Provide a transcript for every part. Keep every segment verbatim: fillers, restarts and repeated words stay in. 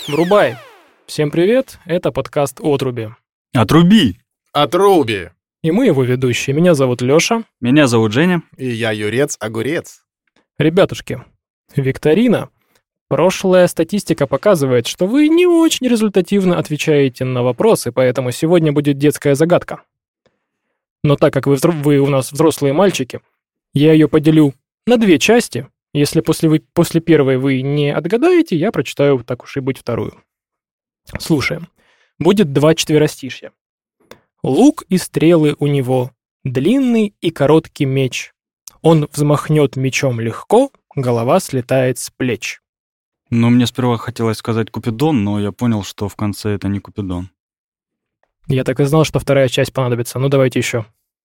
Врубай! Всем привет, это подкаст «Отруби». Отруби! Отруби! И мы его ведущие. Меня зовут Лёша. Меня зовут Женя. И я Юрец-Огурец. Ребятушки, викторина. Прошлая статистика показывает, что вы не очень результативно отвечаете на вопросы, поэтому сегодня будет детская загадка. Но так как вы, взро- вы у нас взрослые мальчики, я ее поделю на две части. Если после, вы, после первой вы не отгадаете, я прочитаю, так уж и быть, вторую. Слушаем. Будет два четверостишья. Лук и стрелы у него, длинный и короткий меч. Он взмахнет мечом легко, голова слетает с плеч. Ну, мне сперва хотелось сказать Купидон, но я понял, что в конце это не Купидон. Я так и знал, что вторая часть понадобится. Ну, давайте еще.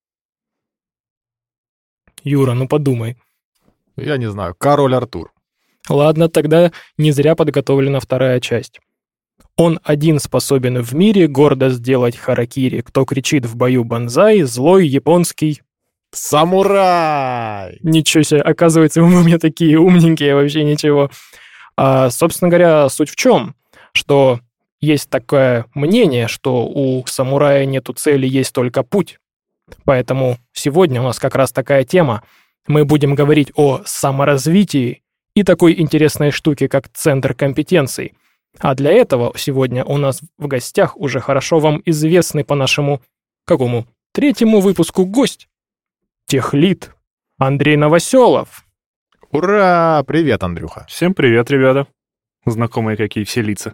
Юра, ну подумай. Я не знаю, король Артур. Ладно, тогда не зря подготовлена вторая часть. Он один способен в мире гордо сделать харакири. Кто кричит в бою банзай, злой японский... Самурай! Ничего себе, оказывается, вы у меня такие умненькие, вообще ничего. А, собственно говоря, суть в чем? Что есть такое мнение, что у самурая нету цели, есть только путь. Поэтому сегодня у нас как раз такая тема. Мы будем говорить о саморазвитии и такой интересной штуке, как центр компетенций. А для этого сегодня у нас в гостях уже хорошо вам известный по нашему, какому, третьему выпуску гость. Техлид Андрей Новоселов. Ура! Привет, Андрюха. Всем привет, ребята. Знакомые какие все лица.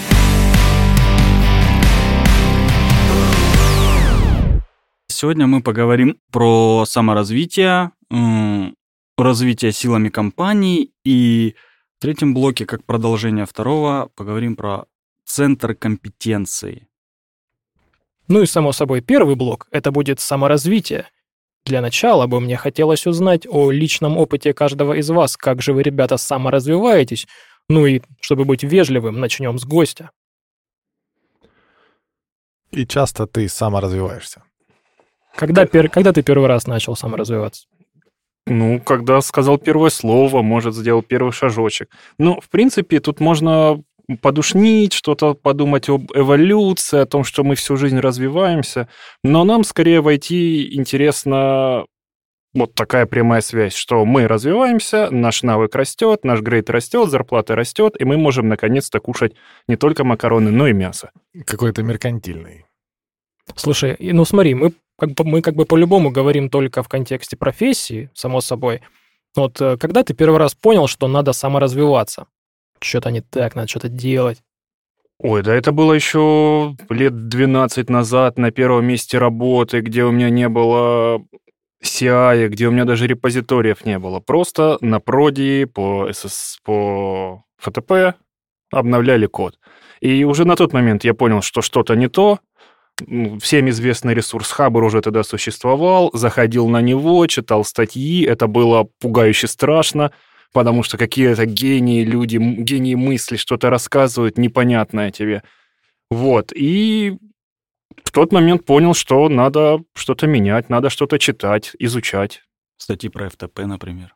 Сегодня мы поговорим про саморазвитие, м, развитие силами компаний, и в третьем блоке, как продолжение второго, поговорим про центр компетенций. Ну и, само собой, первый блок — это будет саморазвитие. Для начала бы мне хотелось узнать о личном опыте каждого из вас, как же вы, ребята, саморазвиваетесь. Ну и, чтобы быть вежливым, начнем с гостя. И часто ты саморазвиваешься. Когда, пер... Когда ты первый раз начал саморазвиваться? Ну, когда сказал первое слово, может, сделал первый шажочек. Ну, в принципе, тут можно подушнить, что-то подумать об эволюции, о том, что мы всю жизнь развиваемся. Но нам скорее в ай ти интересна вот такая прямая связь, что мы развиваемся, наш навык растет, наш грейд растет, зарплата растет, и мы можем наконец-то кушать не только макароны, но и мясо. Какой-то меркантильный. Слушай, и, ну смотри, мы как бы, мы как бы по-любому говорим только в контексте профессии, само собой. Вот э, когда ты первый раз понял, что надо саморазвиваться? Что-то не так, надо что-то делать. Ой, да это было еще лет двенадцать назад на первом месте работы, где у меня не было си ай, где у меня даже репозиториев не было. Просто на проди по, эс эс, по эф ти пи обновляли код. И уже на тот момент я понял, что что-то не то. Всем известный ресурс Хабр уже тогда существовал. Заходил на него, читал статьи. Это было пугающе страшно, потому что какие-то гении люди, гении мысли что-то рассказывают непонятное тебе. Вот. И в тот момент понял, что надо что-то менять, надо что-то читать, изучать. Статьи про эф ти пи, например.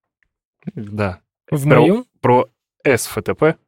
Да. В Про, моем... про эс эф ти пи.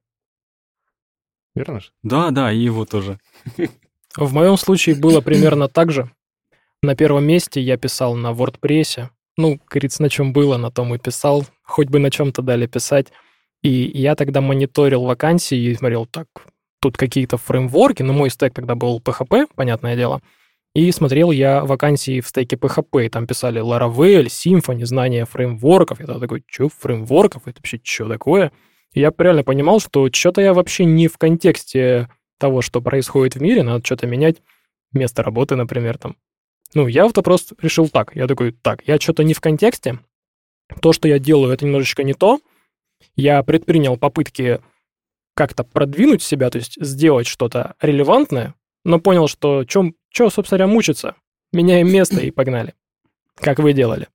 Верно же? Да, да, и его тоже. В моем случае было примерно так же. На первом месте я писал на WordPress. Ну, как говорится, на чем было, на том и писал. Хоть бы на чем-то дали писать. И я тогда мониторил вакансии и смотрел, так, тут какие-то фреймворки, но мой стек тогда был пи эйч пи, понятное дело. И смотрел я вакансии в стеке пи эйч пи, и там писали Laravel, Symfony, знание фреймворков. Я такой, что, фреймворков? Это вообще что такое? И я реально понимал, что что-то я вообще не в контексте того, что происходит в мире, надо что-то менять, место работы, например, там. Ну, я вот просто решил так. Я такой, так, я что-то не в контексте, то, что я делаю, это немножечко не то. Я предпринял попытки как-то продвинуть себя, то есть сделать что-то релевантное, но понял, что что, собственно говоря, мучиться. Меняем место и погнали. Как вы делали?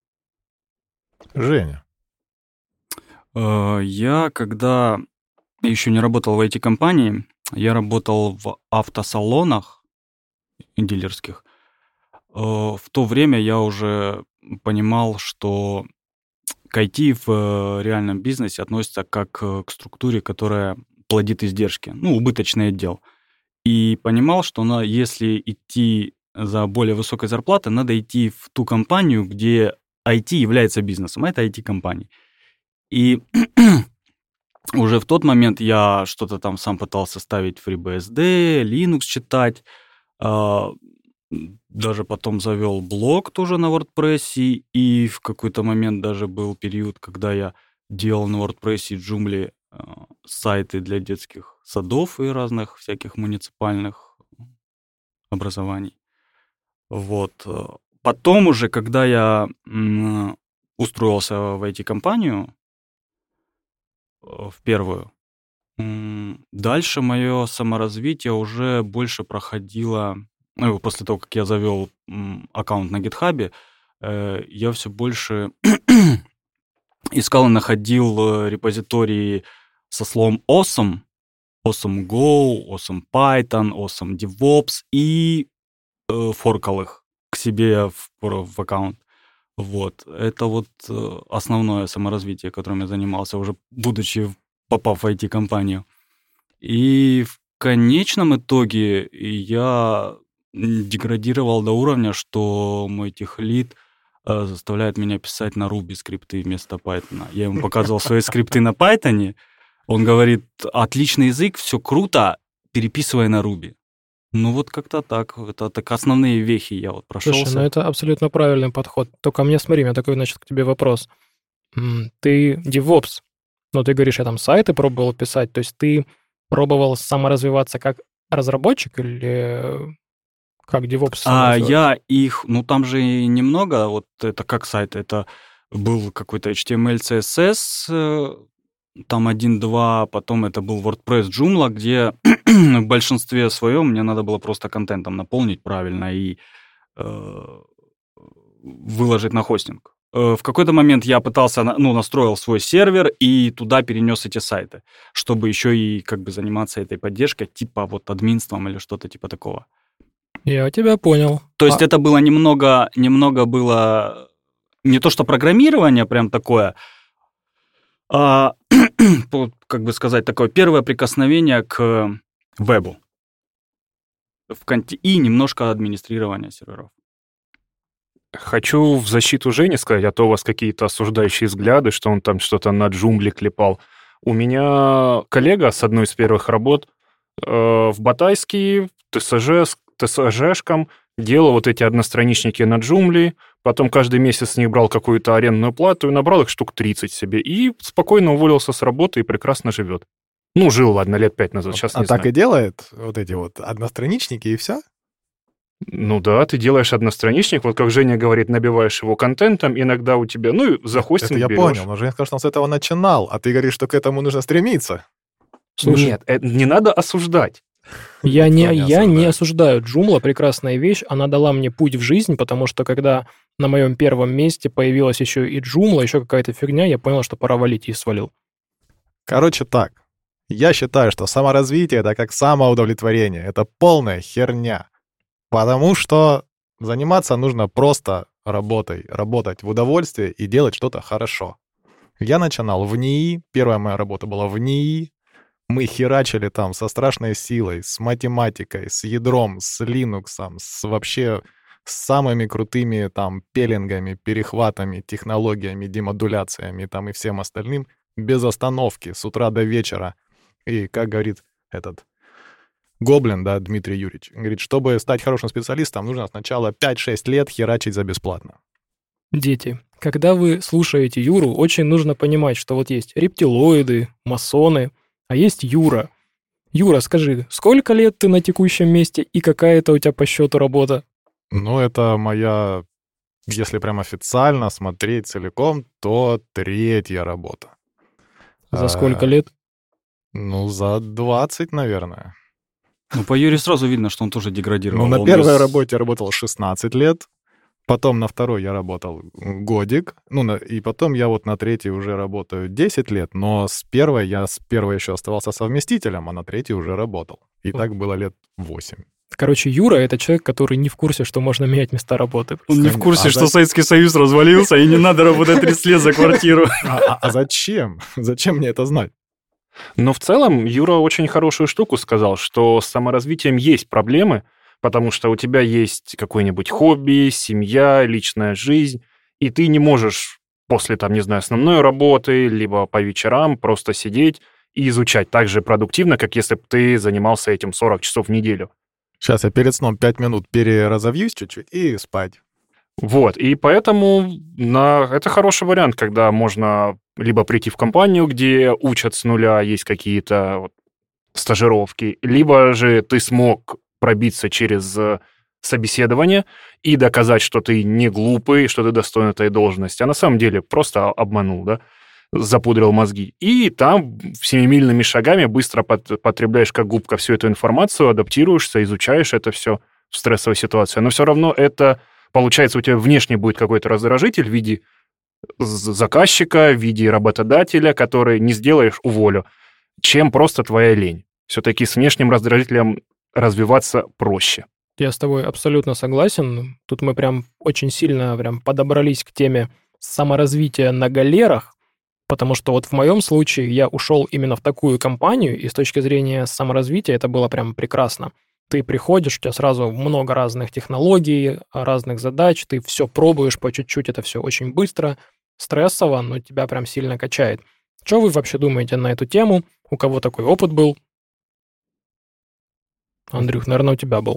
Женя. Э, Я, когда еще не работал в ай ти-компании, я работал в автосалонах дилерских. Э, В то время я уже понимал, что к ай ти в э, реальном бизнесе относится как э, к структуре, которая плодит издержки, ну, убыточный отдел. И понимал, что на, если идти за более высокой зарплатой, надо идти в ту компанию, где ай ти является бизнесом, а это ай ти-компания. И уже в тот момент я что-то там сам пытался ставить FreeBSD, Linux читать, даже потом завел блог тоже на WordPress, и в какой-то момент даже был период, когда я делал на WordPress и Joomla сайты для детских садов и разных всяких муниципальных образований. Вот. Потом уже, когда я м, устроился в ай ти-компанию, в первую, м, дальше мое саморазвитие уже больше проходило, ну, после того, как я завел м, аккаунт на GitHub, э, я все больше искал и находил репозитории со словом awesome, awesome Go, awesome Python, awesome DevOps и э, форкал их к себе в, в аккаунт. Вот. Это вот э, основное саморазвитие, которым я занимался, уже будучи, попав в ай ти-компанию. И в конечном итоге я деградировал до уровня, что мой техлид э, заставляет меня писать на Ruby скрипты вместо Python. Я ему показывал свои скрипты на Python. Он говорит, отличный язык, все круто, переписывай на Ruby. Ну вот как-то так. Это так основные вехи я вот прошелся. Слушай, ну это абсолютно правильный подход. Только мне, смотри, у меня такой, значит, к тебе вопрос. Ты DevOps, но ты говоришь, я там сайты пробовал писать, то есть ты пробовал саморазвиваться как разработчик или как DevOps? А я их, ну там же немного, вот это как сайт, это был какой-то эйч ти эм эль, си эс эс, там один-два, потом это был WordPress, Joomla, где в большинстве своем мне надо было просто контентом наполнить правильно и э, выложить на хостинг. Э, в какой-то момент я пытался, ну, настроил свой сервер и туда перенес эти сайты, чтобы еще и как бы заниматься этой поддержкой, типа вот админством или что-то типа такого. Я тебя понял. То есть а... это было немного, немного было не то что программирование прям такое, а, как бы сказать, такое первое прикосновение к вебу в конте... и немножко администрирования серверов. Хочу в защиту Жени сказать, а то у вас какие-то осуждающие взгляды, что он там что-то на Joomla клепал. У меня коллега с одной из первых работ э, в Батайске ТСЖ, ТСЖшкам делал вот эти одностраничники на Joomla, потом каждый месяц с них брал какую-то арендную плату и набрал их штук тридцать себе. И спокойно уволился с работы и прекрасно живет. Ну, жил, ладно, лет пять назад, сейчас а не так знаю. И делает вот эти вот одностраничники, и все? Ну да, ты делаешь одностраничник, вот как Женя говорит, набиваешь его контентом, иногда у тебя, ну, и за хостинг Это я берешь. понял, но Женя сказал, что он с этого начинал, а ты говоришь, что к этому нужно стремиться. Слушай, Нет, это не надо осуждать. Я не, не я не осуждает. осуждаю. Joomla — прекрасная вещь, она дала мне путь в жизнь, потому что когда на моем первом месте появилась еще и Joomla, еще какая-то фигня, я понял, что пора валить, и свалил. Короче так, я считаю, что саморазвитие — это как самоудовлетворение, это полная херня. Потому что заниматься нужно просто работой, работать в удовольствие и делать что-то хорошо. Я начинал в НИИ, первая моя работа была в НИИ, мы херачили там со страшной силой, с математикой, с ядром, с Linux, с вообще с самыми крутыми там пелингами, перехватами, технологиями, демодуляциями там и всем остальным, без остановки, с утра до вечера. И, как говорит этот Гоблин, да, Дмитрий Юрьевич, говорит, чтобы стать хорошим специалистом, нужно сначала пять-шесть лет херачить за бесплатно. Дети, когда вы слушаете Юру, очень нужно понимать, что вот есть рептилоиды, масоны, а есть Юра. Юра, скажи, сколько лет ты на текущем месте и какая это у тебя по счету работа? Ну, это моя, если прям официально смотреть целиком, то третья работа. За сколько лет? Ну, за двадцать, наверное. Ну, по Юре сразу видно, что он тоже деградировал. Ну, на Он первой без- работе я работал шестнадцать лет, потом на второй я работал годик, ну, на- и потом я вот на третьей уже работаю десять лет, но с первой я с первой еще оставался совместителем, а на третьей уже работал. И так было лет восемь. Короче, Юра — это человек, который не в курсе, что можно менять места работы. Он не в курсе, А что за- Советский Союз развалился, и не надо работать тридцать лет за квартиру. А, а- а зачем? Зачем мне это знать? Но в целом Юра очень хорошую штуку сказал, что с саморазвитием есть проблемы, потому что у тебя есть какое-нибудь хобби, семья, личная жизнь, и ты не можешь после, там, не знаю, основной работы, либо по вечерам просто сидеть и изучать так же продуктивно, как если бы ты занимался этим сорок часов в неделю. Сейчас я перед сном пять минут переразовьюсь чуть-чуть и спать. Вот, и поэтому на... это хороший вариант, когда можно либо прийти в компанию, где учат с нуля, есть какие-то вот стажировки, либо же ты смог пробиться через собеседование и доказать, что ты не глупый, что ты достоин этой должности, а на самом деле просто обманул, да, запудрил мозги. И там семимильными шагами быстро потребляешь как губка всю эту информацию, адаптируешься, изучаешь это все в стрессовой ситуации. Но все равно это, получается, у тебя внешне будет какой-то раздражитель в виде заказчика, в виде работодателя, который не сделаешь, уволю, чем просто твоя лень. Все-таки с внешним раздражителем развиваться проще. Я с тобой абсолютно согласен. Тут мы прям очень сильно прям подобрались к теме саморазвития на галерах, потому что вот в моем случае я ушел именно в такую компанию, и с точки зрения саморазвития это было прям прекрасно. Ты приходишь, у тебя сразу много разных технологий, разных задач, ты все пробуешь по чуть-чуть, это все очень быстро, стрессово, но тебя прям сильно качает. Что вы вообще думаете на эту тему? У кого такой опыт был? Андрюх, наверное, у тебя был.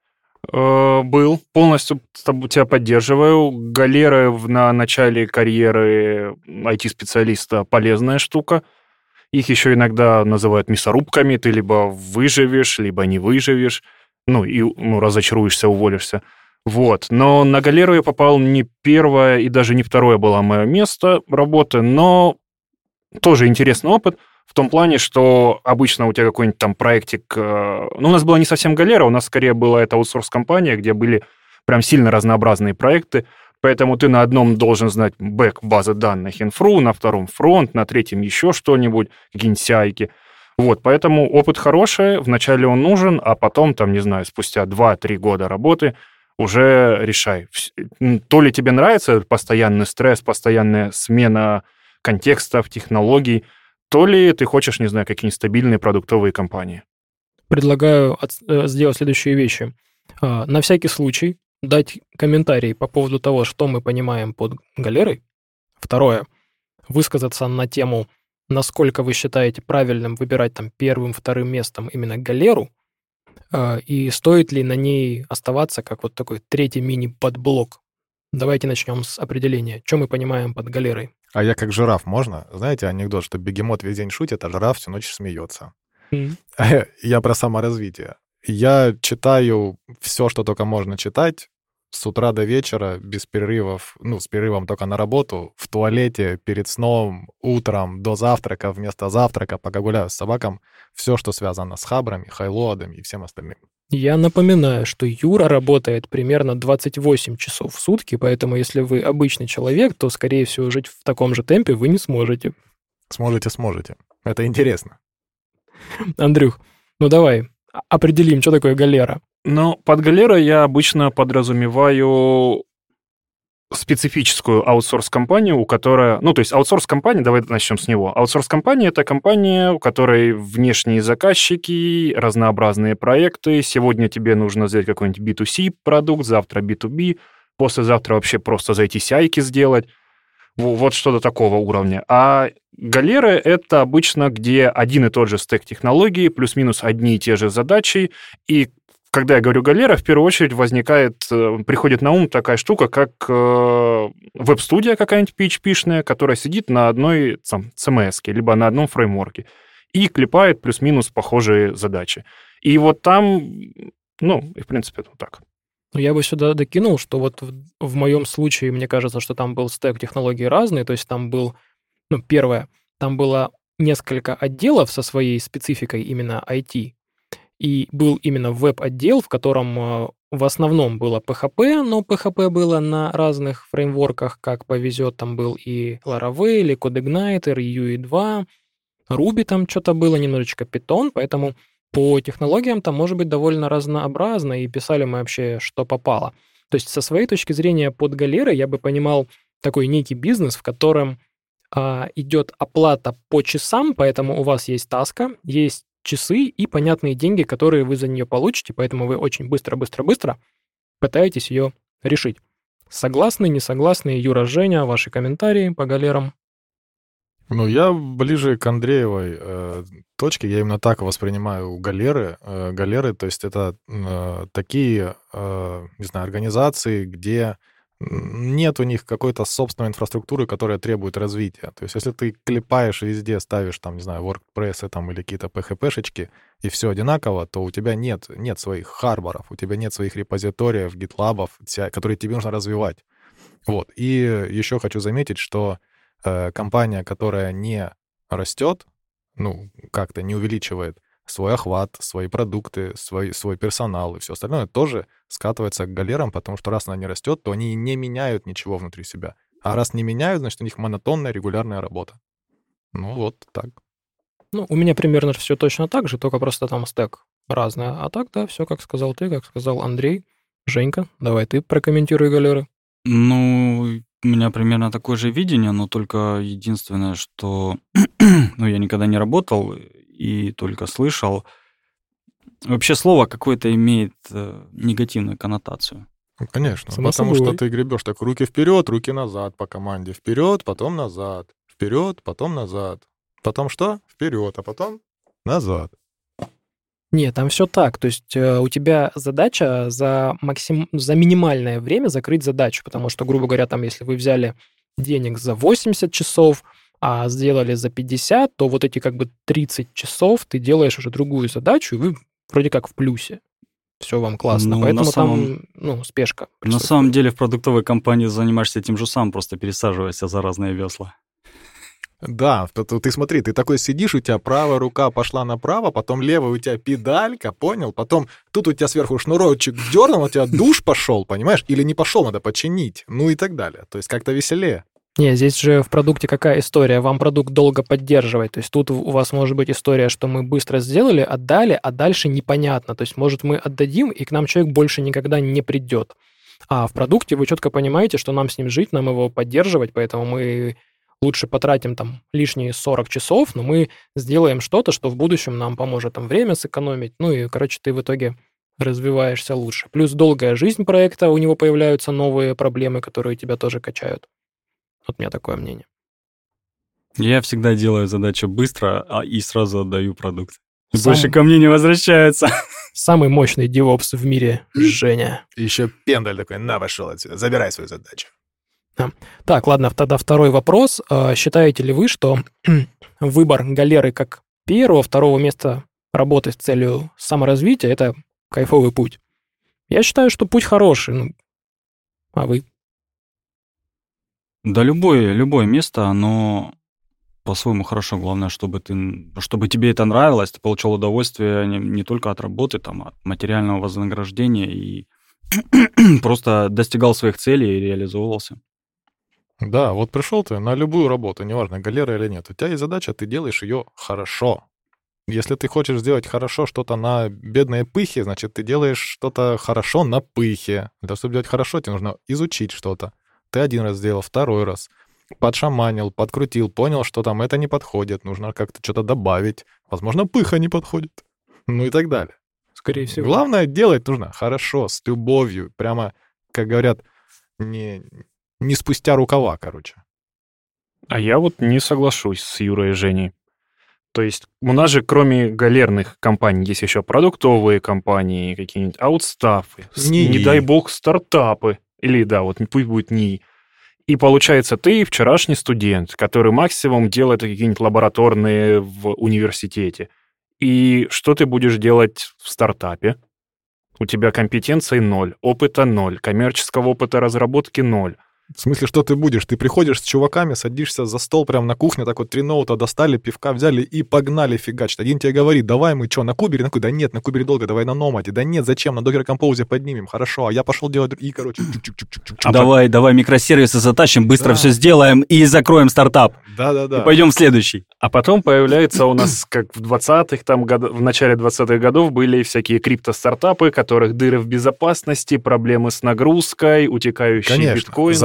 Был. Полностью тебя поддерживаю. Галеры на начале карьеры ай ти-специалиста полезная штука. Их еще иногда называют мясорубками. Ты либо выживешь, либо не выживешь. Ну, и ну, разочаруешься, уволишься. Вот. Но на галеру я попал не первое и даже не второе было мое место работы, но тоже интересный опыт. В том плане, что обычно у тебя какой-нибудь там проектик... Ну, у нас была не совсем галера, у нас скорее была это аутсорс-компания, где были прям сильно разнообразные проекты, поэтому ты на одном должен знать бэк базы данных инфру, на втором фронт, на третьем еще что-нибудь, какие-нибудь сяйки. Вот, поэтому опыт хороший, вначале он нужен, а потом, там, не знаю, спустя два-три года работы уже решай. То ли тебе нравится постоянный стресс, постоянная смена контекстов, технологий, то ли ты хочешь, не знаю, какие-нибудь стабильные продуктовые компании. Предлагаю от, э, сделать следующие вещи. Э, на всякий случай дать комментарий по поводу того, что мы понимаем под галерой. Второе. Высказаться на тему, насколько вы считаете правильным выбирать там первым, вторым местом именно галеру, э, и стоит ли на ней оставаться как вот такой третий мини-подблок. Давайте начнем с определения. Что мы понимаем под галерой? А я как жираф, можно? Знаете анекдот, что бегемот весь день шутит, а жираф всю ночь смеется. Mm. Я про саморазвитие. Я читаю все, что только можно читать, с утра до вечера, без перерывов, ну, с перерывом только на работу, в туалете, перед сном, утром, до завтрака, вместо завтрака, пока гуляю с собаком, все, что связано с хабрами, хайлоадами и всем остальным. Я напоминаю, что Юра работает примерно двадцать восемь часов в сутки, поэтому если вы обычный человек, то, скорее всего, жить в таком же темпе вы не сможете. Сможете, сможете. Это интересно. Андрюх, ну давай, определим, что такое галера. Ну, под галерой я обычно подразумеваю специфическую аутсорс-компанию, у которой... Ну, то есть аутсорс-компания, давай начнем с него. Аутсорс-компания — это компания, у которой внешние заказчики, разнообразные проекты. Сегодня тебе нужно сделать какой-нибудь би ту си продукт, завтра би ту би, послезавтра вообще просто зайти сяйки сделать. Вот что-то такого уровня. А галеры — это обычно, где один и тот же стек технологий, плюс-минус одни и те же задачи, и когда я говорю галера, в первую очередь возникает, приходит на ум такая штука, как э, веб-студия какая-нибудь пи эйч пи-шная, которая сидит на одной там, си эм эс-ке, либо на одном фреймворке, и клепает плюс-минус похожие задачи. И вот там, ну, и в принципе, это вот так. Я бы сюда докинул, что вот в, в моем случае, мне кажется, что там был стек технологий разный, то есть там был, ну, первое, там было несколько отделов со своей спецификой именно ай ти, и был именно веб-отдел, в котором э, в основном было пи эйч пи, но пи эйч пи было на разных фреймворках, как повезет, там был и Laravel, и CodeIgniter, и ю и два, Ruby там что-то было, немножечко Python, поэтому по технологиям там может быть довольно разнообразно, и писали мы вообще, что попало. То есть со своей точки зрения под галерой я бы понимал такой некий бизнес, в котором а, идет оплата по часам, поэтому у вас есть таска, есть часы и понятные деньги, которые вы за нее получите, поэтому вы очень быстро-быстро-быстро пытаетесь ее решить. Согласны, не согласны? Юра, Женя, ваши комментарии по галерам? Ну, я ближе к Андреевой э, точке, я именно так воспринимаю галеры. Э, галеры, то есть это э, такие, э, не знаю, организации, где нет у них какой-то собственной инфраструктуры, которая требует развития. То есть если ты клепаешь везде, ставишь там, не знаю, WordPress там или какие-то пи эйч пи-шечки, и все одинаково, то у тебя нет, нет своих харборов, у тебя нет своих репозиториев, гитлабов, которые тебе нужно развивать. Вот. И еще хочу заметить, что э, компания, которая не растет, ну, как-то не увеличивает свой охват, свои продукты, свой, свой персонал и все остальное, тоже скатывается к галерам, потому что раз она не растет, то они не меняют ничего внутри себя. А раз не меняют, значит, у них монотонная, регулярная работа. Ну, вот так. Ну, у меня примерно все точно так же, только просто там стек разный. А так, да, все как сказал ты, как сказал Андрей. Женька, давай ты прокомментируй галеры. Ну, у меня примерно такое же видение, но только единственное, что ну, я никогда не работал и только слышал. Вообще слово какое-то имеет э, негативную коннотацию. Ну, конечно, Само потому собой. что ты гребешь так руки вперед, руки назад по команде. Вперед, потом назад. Вперед, потом назад. Потом что? Вперед, а потом назад. Нет, там все так. То есть э, у тебя задача за, максим... за минимальное время закрыть задачу, потому что, грубо говоря, там, если вы взяли денег за восемьдесят часов, а сделали за пятьдесят, то вот эти как бы тридцать часов ты делаешь уже другую задачу, и вы вроде как в плюсе. Все вам классно. Ну, Поэтому на самом- там, ну, спешка. На присутствует. самом деле в продуктовой компании занимаешься тем же самым, просто пересаживаешься за разные весла. Да, т- т- ты смотри, ты такой сидишь, у тебя правая рука пошла направо, потом левая у тебя педалька, понял? Потом тут у тебя сверху шнурочек дернул, у тебя душ пошел, понимаешь? Или не пошел, надо починить, ну и так далее. То есть как-то веселее. Не, здесь же в продукте какая история? Вам продукт долго поддерживать. То есть тут у вас может быть история, что мы быстро сделали, отдали, а дальше непонятно. То есть, может, мы отдадим, и к нам человек больше никогда не придет. А в продукте вы четко понимаете, что нам с ним жить, нам его поддерживать, поэтому мы лучше потратим там лишние сорок часов, но мы сделаем что-то, что в будущем нам поможет там время сэкономить. Ну и, короче, ты в итоге развиваешься лучше. Плюс долгая жизнь проекта, у него появляются новые проблемы, которые тебя тоже качают. Вот у меня такое мнение. Я всегда делаю задачу быстро а, и сразу отдаю продукт. И Сам- больше ко мне не возвращаются. Самый мощный девопс в мире — Женя. Еще пендаль такой, на, пошел отсюда, забирай свою задачу. Так, ладно, тогда второй вопрос. А, Считаете ли вы, что выбор галеры как первого, второго места работы с целью саморазвития — это кайфовый путь? Я считаю, что путь хороший. Ну, а вы? Да, любое, любое место, оно по-своему хорошо. Главное, чтобы, ты, чтобы тебе это нравилось, ты получал удовольствие не, не только от работы, там, от материального вознаграждения и просто достигал своих целей и реализовывался. Да, вот пришел ты на любую работу, неважно, галера или нет. У тебя есть задача, ты делаешь ее хорошо. Если ты хочешь сделать хорошо что-то на бедной пыхе, значит, ты делаешь что-то хорошо на пыхе. Для того, чтобы делать хорошо, тебе нужно изучить что-то. Ты один раз сделал, второй раз. Подшаманил, подкрутил, понял, что там это не подходит, нужно как-то что-то добавить. Возможно, пыха не подходит. Ну и так далее. Скорее всего. Главное, делать нужно хорошо, с любовью. Прямо, как говорят, не, не спустя рукава, короче. А я вот не соглашусь с Юрой и Женей. То есть у нас же кроме галерных компаний есть еще продуктовые компании, какие-нибудь аутстафы, с- НИИ. не дай бог стартапы. Или, да, вот пусть будет НИИ. И получается, ты вчерашний студент, который максимум делает какие-нибудь лабораторные в университете. И что ты будешь делать в стартапе? У тебя компетенции ноль, опыта ноль, коммерческого опыта разработки ноль. В смысле, что ты будешь? Ты приходишь с чуваками, садишься за стол прямо на кухне, так вот три ноута достали, пивка взяли и погнали фигачить. Один тебе говорит, давай мы что, на кубере? На кубере? Да нет, на кубере долго, давай на номаде. Да нет, зачем? На Docker Compose поднимем. Хорошо, а я пошел делать... И, короче, чук-чук-чук-чук-чук. А давай, давай микросервисы затащим, быстро Да. все сделаем и закроем стартап. Да-да-да. И пойдем в следующий. А потом появляется у нас, как в двадцатых, там, год- в начале двадцатых годов были всякие крипто-стартапы, которых дыры в безопасности, проблемы с нагрузкой, утекающие Конечно. биткоины. Зато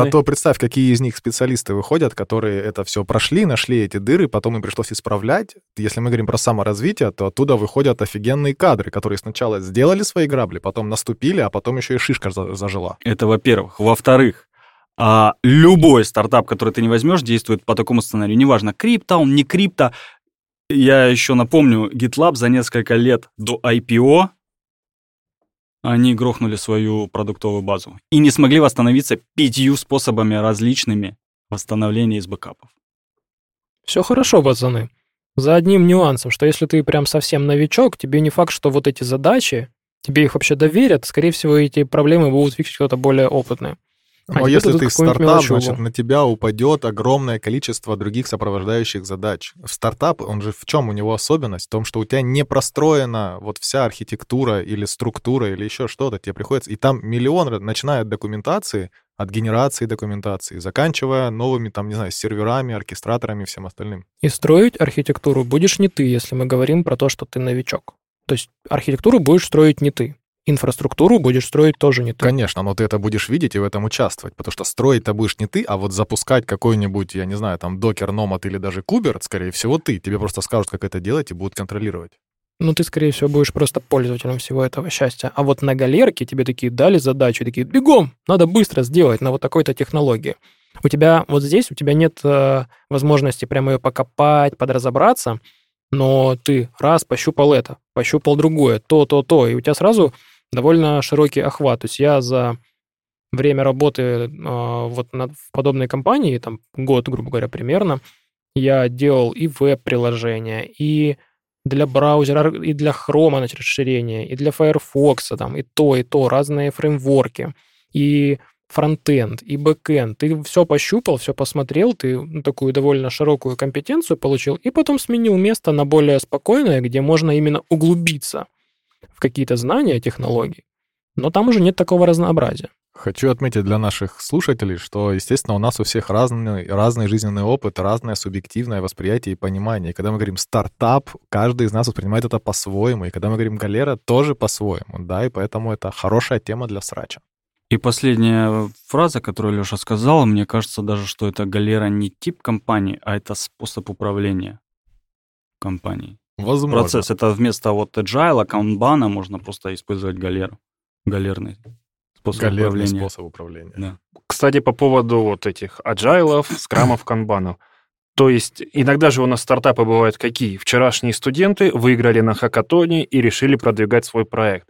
А то представь, какие из них специалисты выходят, которые это все прошли, нашли эти дыры, потом им пришлось исправлять. Если мы говорим про саморазвитие, то оттуда выходят офигенные кадры, которые сначала сделали свои грабли, потом наступили, а потом еще и шишка зажила. Это во-первых. Во-вторых, а, любой стартап, который ты не возьмешь, действует по такому сценарию. Неважно, крипто он, не крипто. Я еще напомню, GitLab за несколько лет до ай пи о они грохнули свою продуктовую базу и не смогли восстановиться пятью способами различными восстановления из бэкапов. Все хорошо, пацаны. За одним нюансом, что если ты прям совсем новичок, тебе не факт, что вот эти задачи, тебе их вообще доверят, скорее всего, эти проблемы будут фиксить кто-то более опытный. Но а если ты стартап, мелочеву. значит, на тебя упадет огромное количество других сопровождающих задач. В стартап, он же в чем у него особенность? В том, что у тебя не простроена вот вся архитектура или структура или еще что-то. Тебе приходится... И там миллион, начиная от документации, от генерации документации, заканчивая новыми, там, не знаю, серверами, оркестраторами и всем остальным. И строить архитектуру будешь не ты, если мы говорим про то, что ты новичок. То есть архитектуру будешь строить не ты. Инфраструктуру будешь строить тоже не ты. Конечно, но ты это будешь видеть и в этом участвовать, потому что строить-то будешь не ты, а вот запускать какой-нибудь, я не знаю, там, докер, номад или даже кубер, скорее всего, ты. Тебе просто скажут, как это делать, и будут контролировать. Ну, ты, скорее всего, будешь просто пользователем всего этого счастья. А вот на галерке тебе такие дали задачу, такие, бегом, надо быстро сделать на вот такой-то технологии. У тебя вот здесь, у тебя нет э, возможности прямо ее покопать, подразобраться, но ты раз пощупал это, пощупал другое, то, то, то, и у тебя сразу довольно широкий охват. То есть я за время работы э, вот на, в подобной компании, там год, грубо говоря, примерно, я делал и веб-приложения, и для браузера, и для Chrome, значит, расширение, и для Firefox, там, и то, и то, разные фреймворки, и фронтенд, и бэкенд. Ты все пощупал, все посмотрел, ты ну, такую довольно широкую компетенцию получил, и потом сменил место на более спокойное, где можно именно углубиться в какие-то знания технологий, но там уже нет такого разнообразия. Хочу отметить для наших слушателей, что, естественно, у нас у всех разный, разный жизненный опыт, разное субъективное восприятие и понимание. И когда мы говорим «стартап», каждый из нас воспринимает это по-своему. И когда мы говорим «галера», тоже по-своему. Да, и поэтому это хорошая тема для срача. И последняя фраза, которую Лёша сказал, мне кажется даже, что это галера не тип компании, а это способ управления компанией. Возможно. Процесс. Это вместо вот agile, канбана можно просто использовать галеру. Галерный способ Галерный управления. способ управления. Да. Кстати, по поводу вот этих аджайлов, скрамов, канбанов. То есть иногда же у нас стартапы бывают какие? Вчерашние студенты выиграли на хакатоне и решили продвигать свой проект.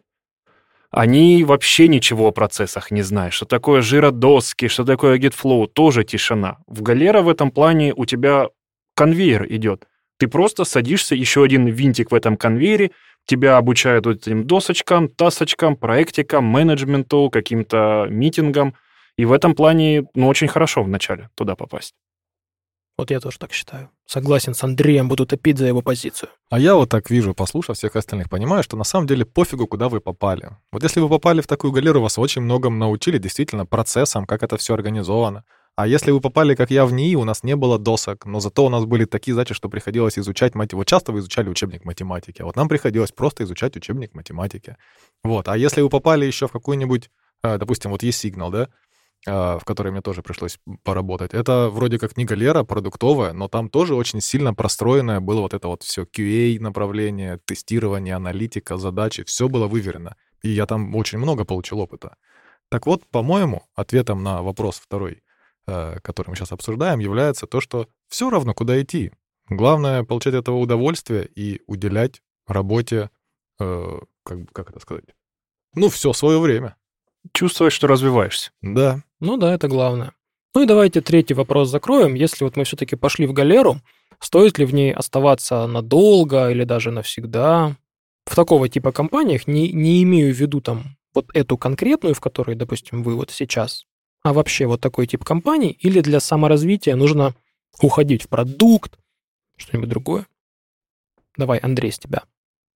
Они вообще ничего о процессах не знают. Что такое жиродоски, что такое GitFlow, тоже тишина. В Галера в этом плане у тебя конвейер идет. Ты просто садишься, еще один винтик в этом конвейере, тебя обучают вот этим досочкам, тасочкам, проектикам, менеджменту, каким-то митингам. И в этом плане, ну, очень хорошо вначале туда попасть. Вот я тоже так считаю. Согласен с Андреем, буду топить за его позицию. А я вот так вижу, послушав всех остальных, понимаю, что на самом деле пофигу, куда вы попали. Вот если вы попали в такую галеру, вас очень многому научили, действительно, процессам, как это все организовано. А если вы попали, как я, в НИИ, у нас не было досок, но зато у нас были такие задачи, что приходилось изучать математику. Вот часто вы изучали учебник математики, а вот нам приходилось просто изучать учебник математики. Вот. А если вы попали еще в какую-нибудь, допустим, вот есть сигнал, да, в которой мне тоже пришлось поработать. Это вроде как не галера продуктовая, но там тоже очень сильно простроенное было вот это вот все кью эй направление, тестирование, аналитика, задачи, все было выверено. И я там очень много получил опыта. Так вот, по-моему, ответом на вопрос второй, который мы сейчас обсуждаем, является то, что все равно, куда идти. Главное — получать от этого удовольствие и уделять работе, э, как, как это сказать, ну, все свое время. Чувствовать, что развиваешься. Да. Ну да, это главное. Ну и давайте третий вопрос закроем. Если вот мы все-таки пошли в галеру, стоит ли в ней оставаться надолго или даже навсегда? В такого типа компаниях не, не имею в виду там вот эту конкретную, в которой, допустим, вы вот сейчас, а вообще вот такой тип компаний, или для саморазвития нужно уходить в продукт, что-нибудь другое? Давай, Андрей, с тебя.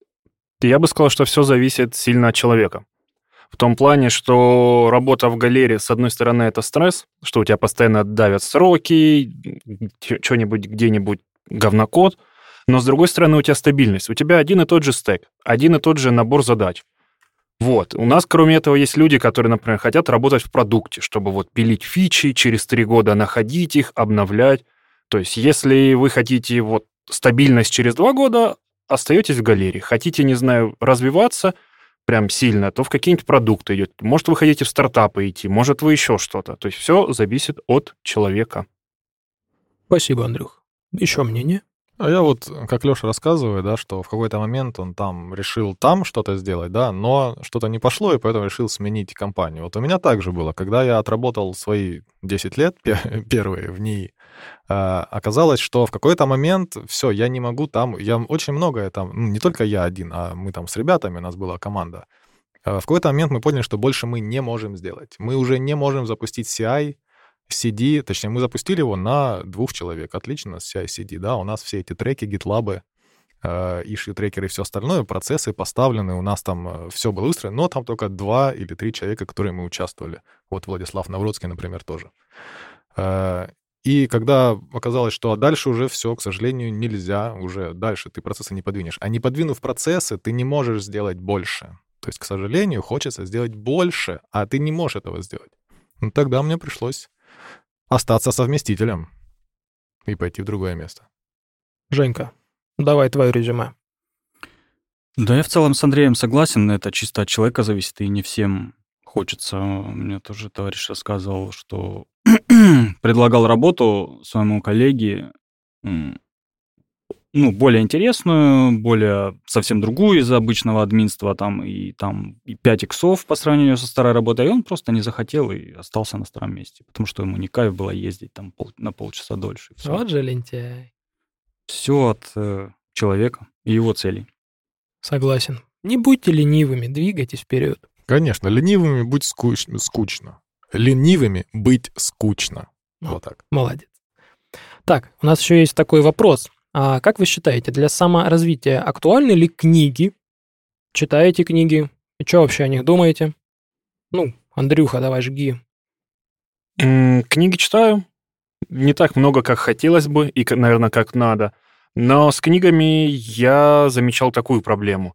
Я бы сказал, что все зависит сильно от человека. В том плане, что работа в галере, с одной стороны, это стресс, что у тебя постоянно давят сроки, что-нибудь где-нибудь говнокод, но с другой стороны, у тебя стабильность. У тебя один и тот же стэк, один и тот же набор задач. Вот. У нас, кроме этого, есть люди, которые, например, хотят работать в продукте, чтобы вот пилить фичи, через три года находить их, обновлять. То есть если вы хотите вот стабильность через два года, остаетесь в галерее. Хотите, не знаю, развиваться прям сильно, то в какие-нибудь продукты идете. Может, вы хотите в стартапы идти, может, вы еще что-то. То есть все зависит от человека. Спасибо, Андрюх. Еще мнение? А я вот, как Леша рассказывает, да, что в какой-то момент он там решил там что-то сделать, да, но что-то не пошло, и поэтому решил сменить компанию. Вот у меня так же было. Когда я отработал свои десять лет первые в НИИ, оказалось, что в какой-то момент все, я не могу там, я очень многое там, ну, не только я один, а мы там с ребятами, у нас была команда. В какой-то момент мы поняли, что больше мы не можем сделать. Мы уже не можем запустить си ай, си ди, точнее, мы запустили его на двух человек. Отлично, си ай си ди, да, у нас все эти треки, гитлабы, issue-трекеры и все остальное, процессы поставлены, у нас там все было выстроено, но там только два или три человека, которые мы участвовали. Вот Владислав Навродский, например, тоже. И когда оказалось, что дальше уже все, к сожалению, нельзя, уже дальше ты процессы не подвинешь. А не подвинув процессы, ты не можешь сделать больше. То есть, к сожалению, хочется сделать больше, а ты не можешь этого сделать. Ну, тогда мне пришлось остаться совместителем и пойти в другое место. Женька, давай твое резюме. Да, я в целом с Андреем согласен, это чисто от человека зависит, и не всем хочется. Мне тоже товарищ рассказывал, что предлагал работу своему коллеге, ну, более интересную, более совсем другую из обычного админства, там, и там и пять иксов по сравнению со старой работой, и он просто не захотел и остался на старом месте, потому что ему не кайф было ездить там пол, на полчаса дольше. Вот же лентяй. Все от э, человека и его целей. Согласен. Не будьте ленивыми, двигайтесь вперед. Конечно, ленивыми быть скуч... скучно. Ленивыми быть скучно. Ну, вот так. Молодец. Так, у нас еще есть такой вопрос. А как вы считаете, для саморазвития актуальны ли книги? Читаете книги? И что вообще о них думаете? Ну, Андрюха, давай жги. М, Книги читаю. Не так много, как хотелось бы, и, наверное, как надо. Но с книгами я замечал такую проблему,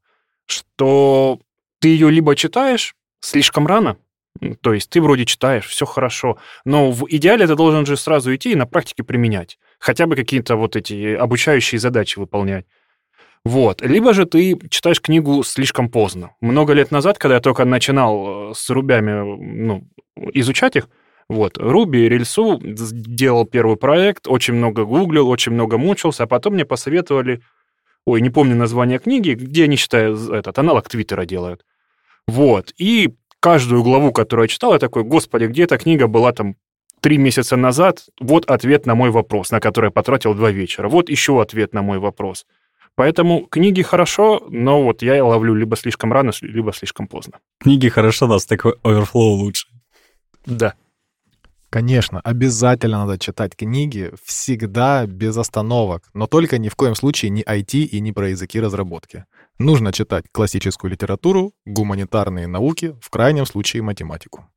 что ты ее либо читаешь слишком рано, то есть ты вроде читаешь, все хорошо, но в идеале ты должен же сразу идти и на практике применять, хотя бы какие-то вот эти обучающие задачи выполнять. Вот. Либо же ты читаешь книгу слишком поздно. Много лет назад, когда я только начинал с рубями, ну, изучать их, вот, Руби, рельсу, делал первый проект, очень много гуглил, очень много мучился, а потом мне посоветовали, ой, не помню название книги, где они, считаю, этот аналог Твиттера делают. Вот. И каждую главу, которую я читал, я такой, господи, где эта книга была там три месяца назад? Вот ответ на мой вопрос, на который я потратил два вечера. Вот еще ответ на мой вопрос. Поэтому книги хорошо, но вот я ловлю либо слишком рано, либо слишком поздно. Книги хорошо, да, Stack Overflow лучше. Да. Конечно, обязательно надо читать книги всегда без остановок, но только ни в коем случае не ай ти и не про языки разработки. Нужно читать классическую литературу, гуманитарные науки, в крайнем случае математику.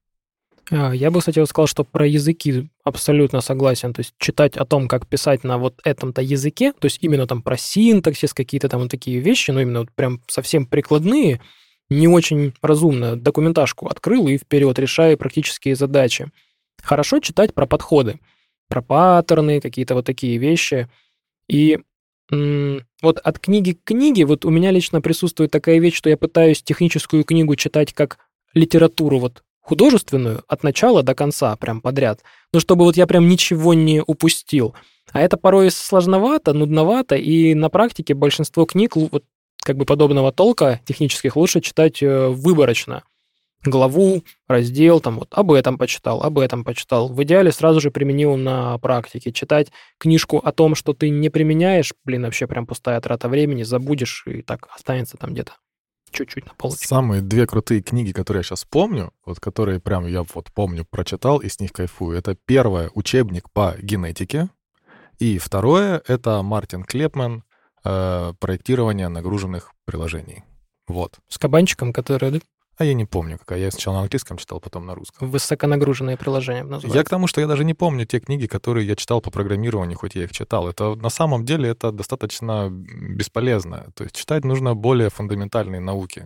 Я бы, кстати, сказал, что про языки абсолютно согласен. То есть читать о том, как писать на вот этом-то языке, то есть именно там про синтаксис, какие-то там вот такие вещи, ну именно вот прям совсем прикладные, не очень разумно. Документашку открыл и вперед, решаю практические задачи. Хорошо читать про подходы, про паттерны, какие-то вот такие вещи. И м- вот от книги к книге вот у меня лично присутствует такая вещь, что я пытаюсь техническую книгу читать как литературу вот художественную от начала до конца прям подряд, но чтобы вот я прям ничего не упустил. А это порой сложновато, нудновато, и на практике большинство книг вот как бы подобного толка технических лучше читать выборочно. Главу, раздел, там вот об этом почитал, об этом почитал. В идеале сразу же применил на практике. Читать книжку о том, что ты не применяешь, блин, вообще прям пустая трата времени, забудешь, и так останется там где-то чуть-чуть на полочке. Самые две крутые книги, которые я сейчас помню, вот которые прям я вот помню, прочитал и с них кайфую. Это первое — учебник по генетике, и второе — это Мартин Клепман э, «Проектирование нагруженных приложений». Вот. С кабанчиком, который... да? А я не помню, какая. Я сначала на английском читал, потом на русском. Высоконагруженные приложения называются. Я к тому, что я даже не помню те книги, которые я читал по программированию, хоть я их читал. Это на самом деле это достаточно бесполезно. То есть читать нужно более фундаментальные науки.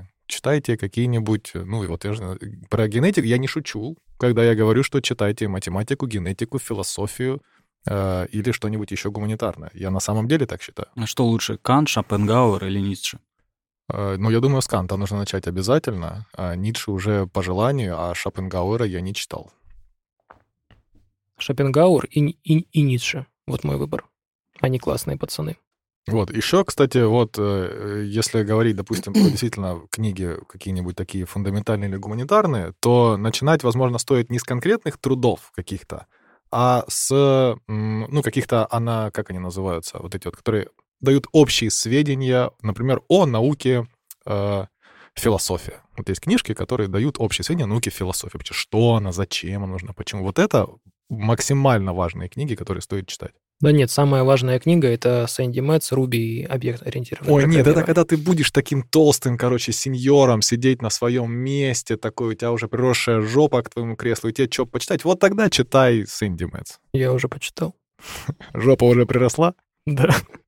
читайте какие-нибудь... Ну, и вот я же... Про генетику я не шучу, когда я говорю, что читайте математику, генетику, философию э, или что-нибудь еще гуманитарное. Я на самом деле так считаю. А что лучше, Кант, Шопенгауэр или Ницше? Э, ну, я думаю, с Канта нужно начать обязательно, а Ницше уже по желанию, а Шопенгауэра я не читал. Шопенгауэр и, и, и Ницше. Вот мой выбор. Они классные пацаны. Вот, еще, кстати, вот, э, если говорить, допустим, про действительно книги какие-нибудь такие фундаментальные или гуманитарные, то начинать, возможно, стоит не с конкретных трудов каких-то, а с, м, ну, каких-то, она, как они называются, вот эти вот, которые дают общие сведения, например, о науке э, философия. Вот есть книжки, которые дают общие сведения о науке философии. Что она, зачем она нужна, почему. Вот это максимально важные книги, которые стоит читать. Да нет, самая важная книга — это Сэнди Мэтс, Руби и объект-ориентированное Ой, нет, это программирование. когда ты будешь таким толстым, короче, сеньором, сидеть на своем месте, такой у тебя уже приросшая жопа к твоему креслу, и тебе что почитать? Вот тогда читай Сэнди Мэтс. Я уже почитал. Жопа уже приросла? Да.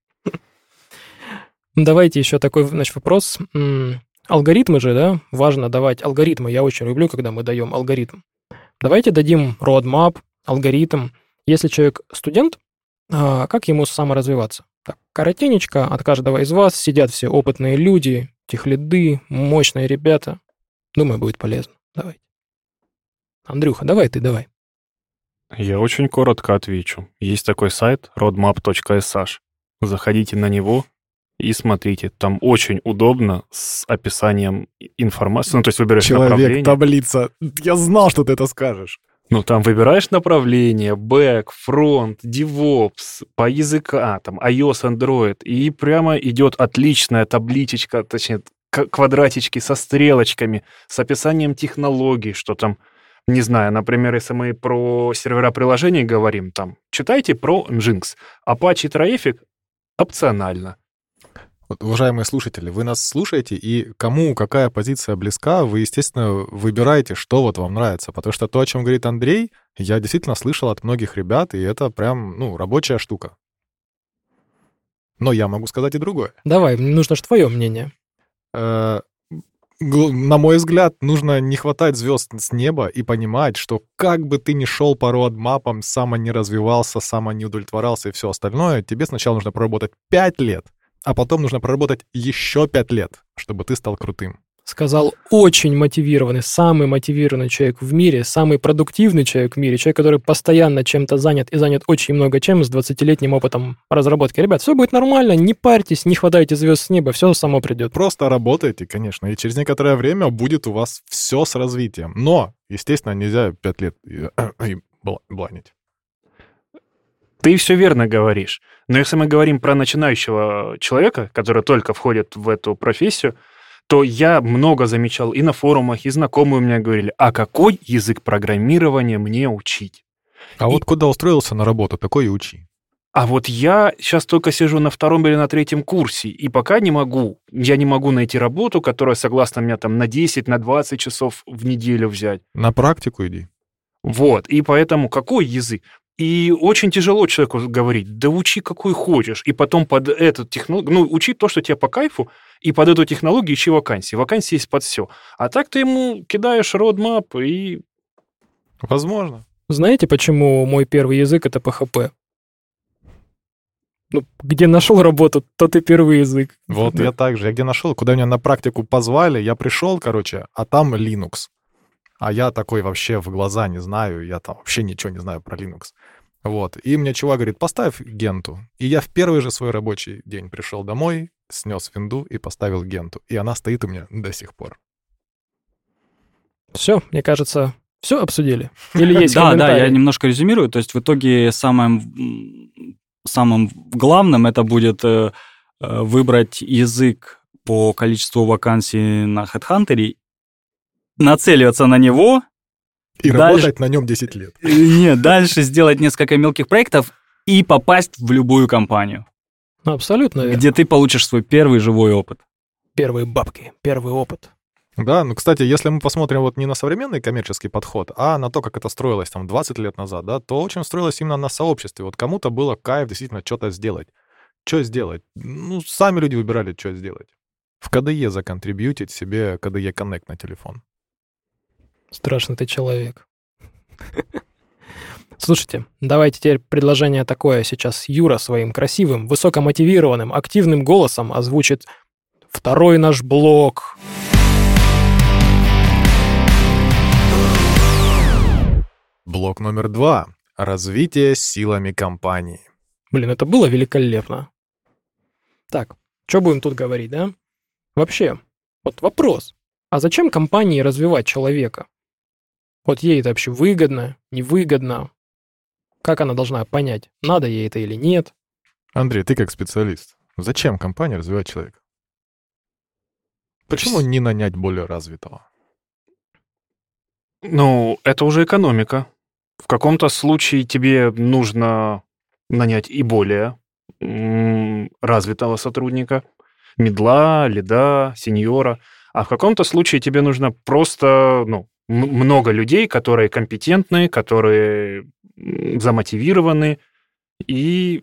Давайте еще такой, значит, вопрос. М, Алгоритмы же, да? Важно давать алгоритмы. Я очень люблю, когда мы даем алгоритм. Давайте дадим roadmap, алгоритм. Если человек студент, а, как ему саморазвиваться? Так, коротенечко от каждого из вас. Сидят все опытные люди, техлиды, мощные ребята. Думаю, будет полезно. Давайте. Андрюха, давай ты, давай. Я очень коротко отвечу. Есть такой сайт roadmap точка эс аш. Заходите на него и смотрите. Там очень удобно с описанием информации. Ну, то есть выбираешь направление. Человек, таблица. Я знал, что ты это скажешь. Ну, там выбираешь направление, бэк, фронт, DevOps, по языка, там, iOS, Android, и прямо идет отличная табличечка, точнее, к- квадратички со стрелочками, с описанием технологий, что там, не знаю, например, если мы про сервера приложений говорим, там, читайте про Nginx, Apache Traffic опционально. Вот, уважаемые слушатели, вы нас слушаете, и кому какая позиция близка, вы, естественно, выбираете, что вот вам нравится. Потому что то, о чем говорит Андрей, я действительно слышал от многих ребят, и это прям, ну, рабочая штука. Но я могу сказать и другое. Давай, мне нужно же твое мнение. Э, гл- На мой взгляд, нужно не хватать звезд с неба и понимать, что как бы ты ни шел по роадмапам, само не развивался, само не удовлетворялся и все остальное, тебе сначала нужно проработать пять лет, а потом нужно проработать еще пять лет, чтобы ты стал крутым. Сказал очень мотивированный, самый мотивированный человек в мире, самый продуктивный человек в мире, человек, который постоянно чем-то занят и занят очень много чем с двадцатилетним опытом разработки. Ребят, все будет нормально, не парьтесь, не хватайте звезд с неба, все само придет. Просто работайте, конечно, и через некоторое время будет у вас все с развитием. Но, естественно, нельзя пять лет и, и бла- бланить. Ты все верно говоришь. Но если мы говорим про начинающего человека, который только входит в эту профессию, то я много замечал и на форумах, и знакомые у меня говорили, а какой язык программирования мне учить? А И- вот куда устроился на работу, такой и учи. А вот я сейчас только сижу на втором или на третьем курсе, и пока не могу, я не могу найти работу, которая согласна меня там на десять, на двадцать часов в неделю взять. На практику иди. Вот, и поэтому какой язык? И очень тяжело человеку говорить, да учи какой хочешь, и потом под эту технологию, ну, учи то, что тебе по кайфу, и под эту технологию ищи вакансии. Вакансии есть под все. А так ты ему кидаешь roadmap и... Возможно. Знаете, почему мой первый язык — это пи эйч пи? Ну, где нашел работу, тот и первый язык. Вот Да. я так же. Я где нашел, куда меня на практику позвали, я пришел, короче, а там Linux. А я такой вообще в глаза не знаю, я там вообще ничего не знаю про Linux. Вот. И мне чувак говорит, поставь Генту. И я в первый же свой рабочий день пришел домой, снес винду и поставил Генту. И она стоит у меня до сих пор. Все, мне кажется, все обсудили. Или есть Да, да, комментарии? я немножко резюмирую. То есть в итоге самым, м, самым главным это будет э, э, выбрать язык по количеству вакансий на HeadHunter, нацеливаться на него, И Дальше- работать на нем десять лет. э, нет, дальше сделать несколько мелких проектов и попасть в любую компанию, Ну, абсолютно верно. где ты получишь свой первый живой опыт. Первые бабки, первый опыт. Да, ну, кстати, если мы посмотрим вот не на современный коммерческий подход, а на то, как это строилось там двадцать лет назад, да, то очень строилось именно на сообществе. Вот кому-то было кайф действительно что-то сделать. Что сделать? Ну, сами люди выбирали, что сделать. в ка дэ е законтрибьютить себе ка дэ е Connect на телефон. Страшный ты человек. Слушайте, давайте теперь предложение такое. Сейчас Юра своим красивым, высокомотивированным, активным голосом озвучит второй наш блок. Блок номер два. Развитие силами компании. Блин, это было великолепно. Так, что будем тут говорить, да? Вообще, вот вопрос. А зачем компании развивать человека? Вот ей это вообще выгодно, невыгодно? Как она должна понять, надо ей это или нет? Андрей, ты как специалист, зачем компании развивать человека? Почему не нанять более развитого? Ну, это уже экономика. В каком-то случае тебе нужно нанять и более м, развитого сотрудника, мидла, лида, сеньора, а в каком-то случае тебе нужно просто, ну, м- много людей, которые компетентны, которые м, замотивированы, и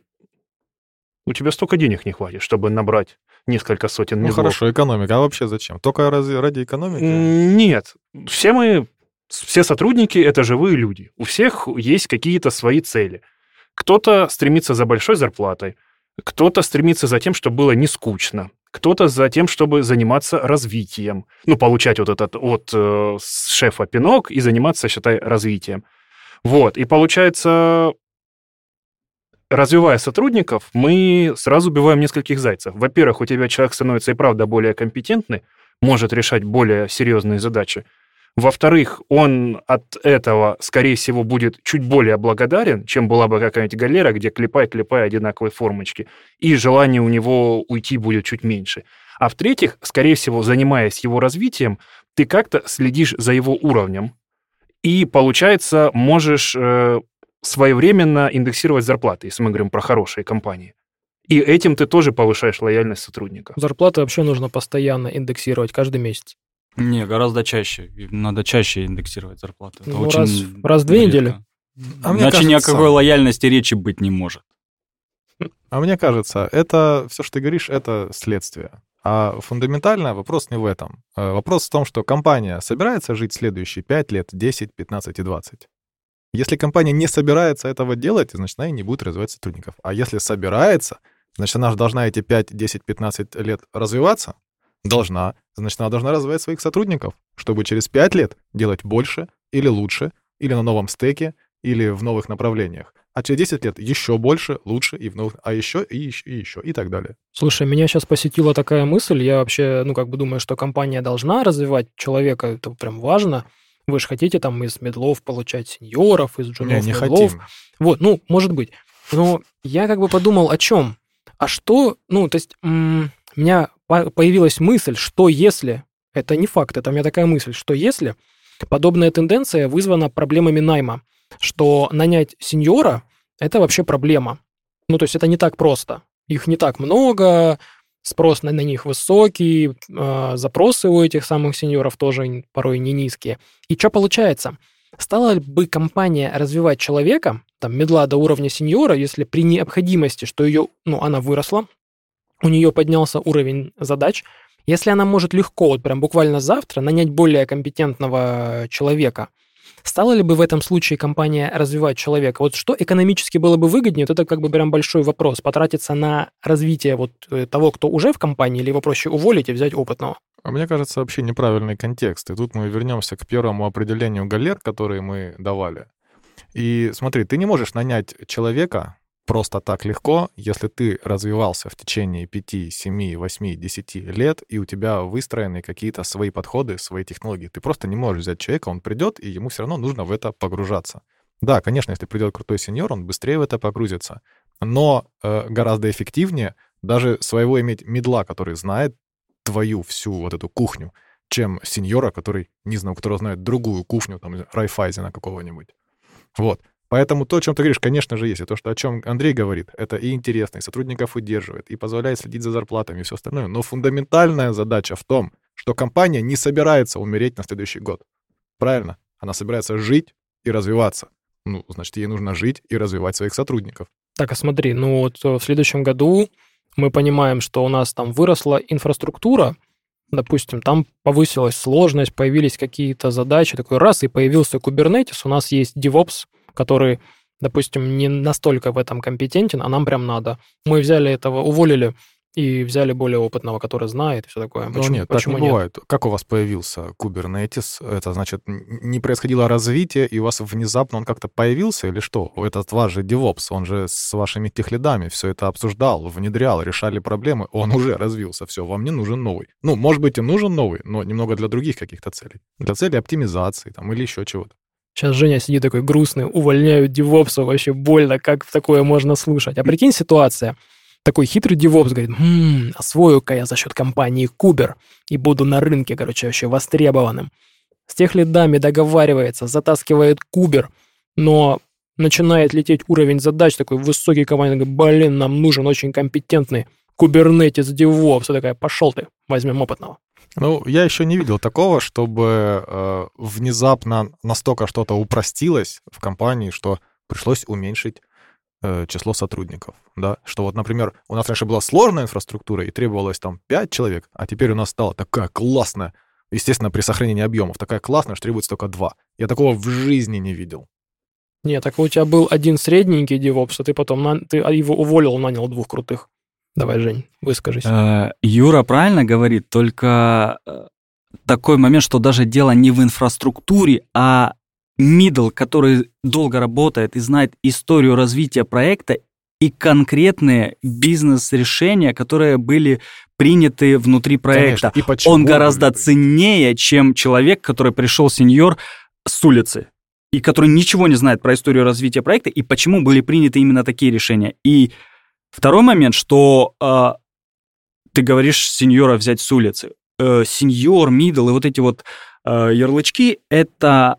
у тебя столько денег не хватит, чтобы набрать несколько сотен Ну мидлов. хорошо, экономика. А вообще зачем? Только ради, ради экономики? М, Нет, все мы, все сотрудники — это живые люди. У всех есть какие-то свои цели. Кто-то стремится за большой зарплатой, кто-то стремится за тем, чтобы было не скучно, кто-то за тем, чтобы заниматься развитием. Ну, получать вот этот от э, шефа пинок и заниматься, считай, развитием. Вот, и получается, развивая сотрудников, мы сразу убиваем нескольких зайцев. Во-первых, у тебя человек становится и правда более компетентный, может решать более серьезные задачи. Во-вторых, он от этого, скорее всего, будет чуть более благодарен, чем была бы какая-нибудь галера, где клепай-клепай одинаковой формочки, и желание у него уйти будет чуть меньше. А в-третьих, скорее всего, занимаясь его развитием, ты как-то следишь за его уровнем, и, получается, можешь э, своевременно индексировать зарплаты, если мы говорим про хорошие компании. И этим ты тоже повышаешь лояльность сотрудника. Зарплаты вообще нужно постоянно индексировать каждый месяц. Не, гораздо чаще. И надо чаще индексировать зарплаты. Это Ну, очень раз- раз в две редко. недели. А мне Иначе кажется- ни о какой лояльности речи быть не может. А мне кажется, это все, что ты говоришь, это следствие. А фундаментально вопрос не в этом. А вопрос в том, что компания собирается жить следующие пять лет, десять, пятнадцать и двадцать. Если компания не собирается этого делать, значит, она и не будет развивать сотрудников. А если собирается, значит, она же должна эти пять, десять, пятнадцать лет развиваться. Должна. Значит, она должна развивать своих сотрудников, чтобы через пять лет делать больше или лучше, или на новом стеке, или в новых направлениях. А через десять лет еще больше, лучше, и в новых, а еще, и еще, и еще, и так далее. Слушай, меня сейчас посетила такая мысль. Я вообще, ну, как бы думаю, что компания должна развивать человека. Это прям важно. Вы же хотите там из медлов получать сеньоров, из Не, джунов не медлов. хотим. Вот, ну, может быть. Но я как бы подумал о чем? А что, ну, то есть м, у меня по- появилась мысль, что если, это не факт, это у меня такая мысль, что если подобная тенденция вызвана проблемами найма, что нанять сеньора – это вообще проблема. Ну, то есть это не так просто. Их не так много, спрос на, на них высокий, э, запросы у этих самых сеньоров тоже порой не низкие. И что получается? Стала бы компания развивать человека, там, медла до уровня сеньора, если при необходимости, что ее, ну, она выросла, у нее поднялся уровень задач, если она может легко, вот прям буквально завтра, нанять более компетентного человека, стала ли бы в этом случае компания развивать человека? Вот что экономически было бы выгоднее, вот это как бы прям большой вопрос. Потратиться на развитие вот э, того, кто уже в компании, или его проще уволить и взять опытного? А мне кажется, вообще неправильный контекст. И тут мы вернемся к первому определению галер, которые мы давали. И смотри, ты не можешь нанять человека просто так легко, если ты развивался в течение пяти, семи, восьми, десяти лет, и у тебя выстроены какие-то свои подходы, свои технологии. Ты просто не можешь взять человека, он придет, и ему все равно нужно в это погружаться. Да, конечно, если придет крутой сеньор, он быстрее в это погрузится. Но э, гораздо эффективнее даже своего иметь мидла, который знает твою всю вот эту кухню, чем сеньора, который, не знаю, у которого знает другую кухню, там, Райфайзена какого-нибудь. Вот. Поэтому то, о чем ты говоришь, конечно же, есть. И то, что, о чем Андрей говорит, это и интересно, и сотрудников удерживает, и позволяет следить за зарплатами, и все остальное. Но фундаментальная задача в том, что компания не собирается умереть на следующий год. Правильно? Она собирается жить и развиваться. Ну, значит, ей нужно жить и развивать своих сотрудников. Так, а смотри, ну вот в следующем году мы понимаем, что у нас там выросла инфраструктура, допустим, там повысилась сложность, появились какие-то задачи, такой раз, и появился Kubernetes, у нас есть DevOps, который, допустим, не настолько в этом компетентен, а нам прям надо. Мы взяли этого, уволили и взяли более опытного, который знает, и все такое. Ну Почему, нет, почему так не нет? бывает. Как у вас появился Kubernetes? Это значит, н- не происходило развитие, и у вас внезапно он как-то появился, или что? Этот ваш же DevOps, он же с вашими техлидами все это обсуждал, внедрял, решали проблемы, он уже развился, все, вам не нужен новый. Ну, может быть, и нужен новый, но немного для других каких-то целей. Для целей оптимизации там или еще чего-то. Сейчас Женя сидит такой грустный, увольняют девопса, вообще больно, как такое можно слушать. А прикинь, ситуация. Такой хитрый девопс говорит, «М, освою-ка я за счет компании Кубер и буду на рынке, короче, вообще востребованным». С тех лидами договаривается, затаскивает Кубер, но начинает лететь уровень задач, такой высокий командный, говорит, блин, нам нужен очень компетентный Kubernetes DevOps. И такая, пошел ты, возьмем опытного. Ну, я еще не видел такого, чтобы э, внезапно настолько что-то упростилось в компании, что пришлось уменьшить э, число сотрудников, да, что вот, например, у нас раньше была сложная инфраструктура и требовалось там пять человек, а теперь у нас стала такая классная, естественно, при сохранении объемов, такая классная, что требуется только два. Я такого в жизни не видел. Нет, так у тебя был один средненький DevOps, а ты потом на- ты его уволил, нанял двух крутых. Давай, Жень, выскажись. Э, Юра правильно говорит, только э, такой момент, что даже дело не в инфраструктуре, а middle, который долго работает и знает историю развития проекта и конкретные бизнес-решения, которые были приняты внутри проекта. Конечно. И почему Он гораздо были приняты? ценнее, чем человек, который пришел сеньор с улицы и который ничего не знает про историю развития проекта и почему были приняты именно такие решения. И второй момент, что э, ты говоришь сеньора взять с улицы. Э, сеньор, мидл и вот эти вот э, ярлычки, это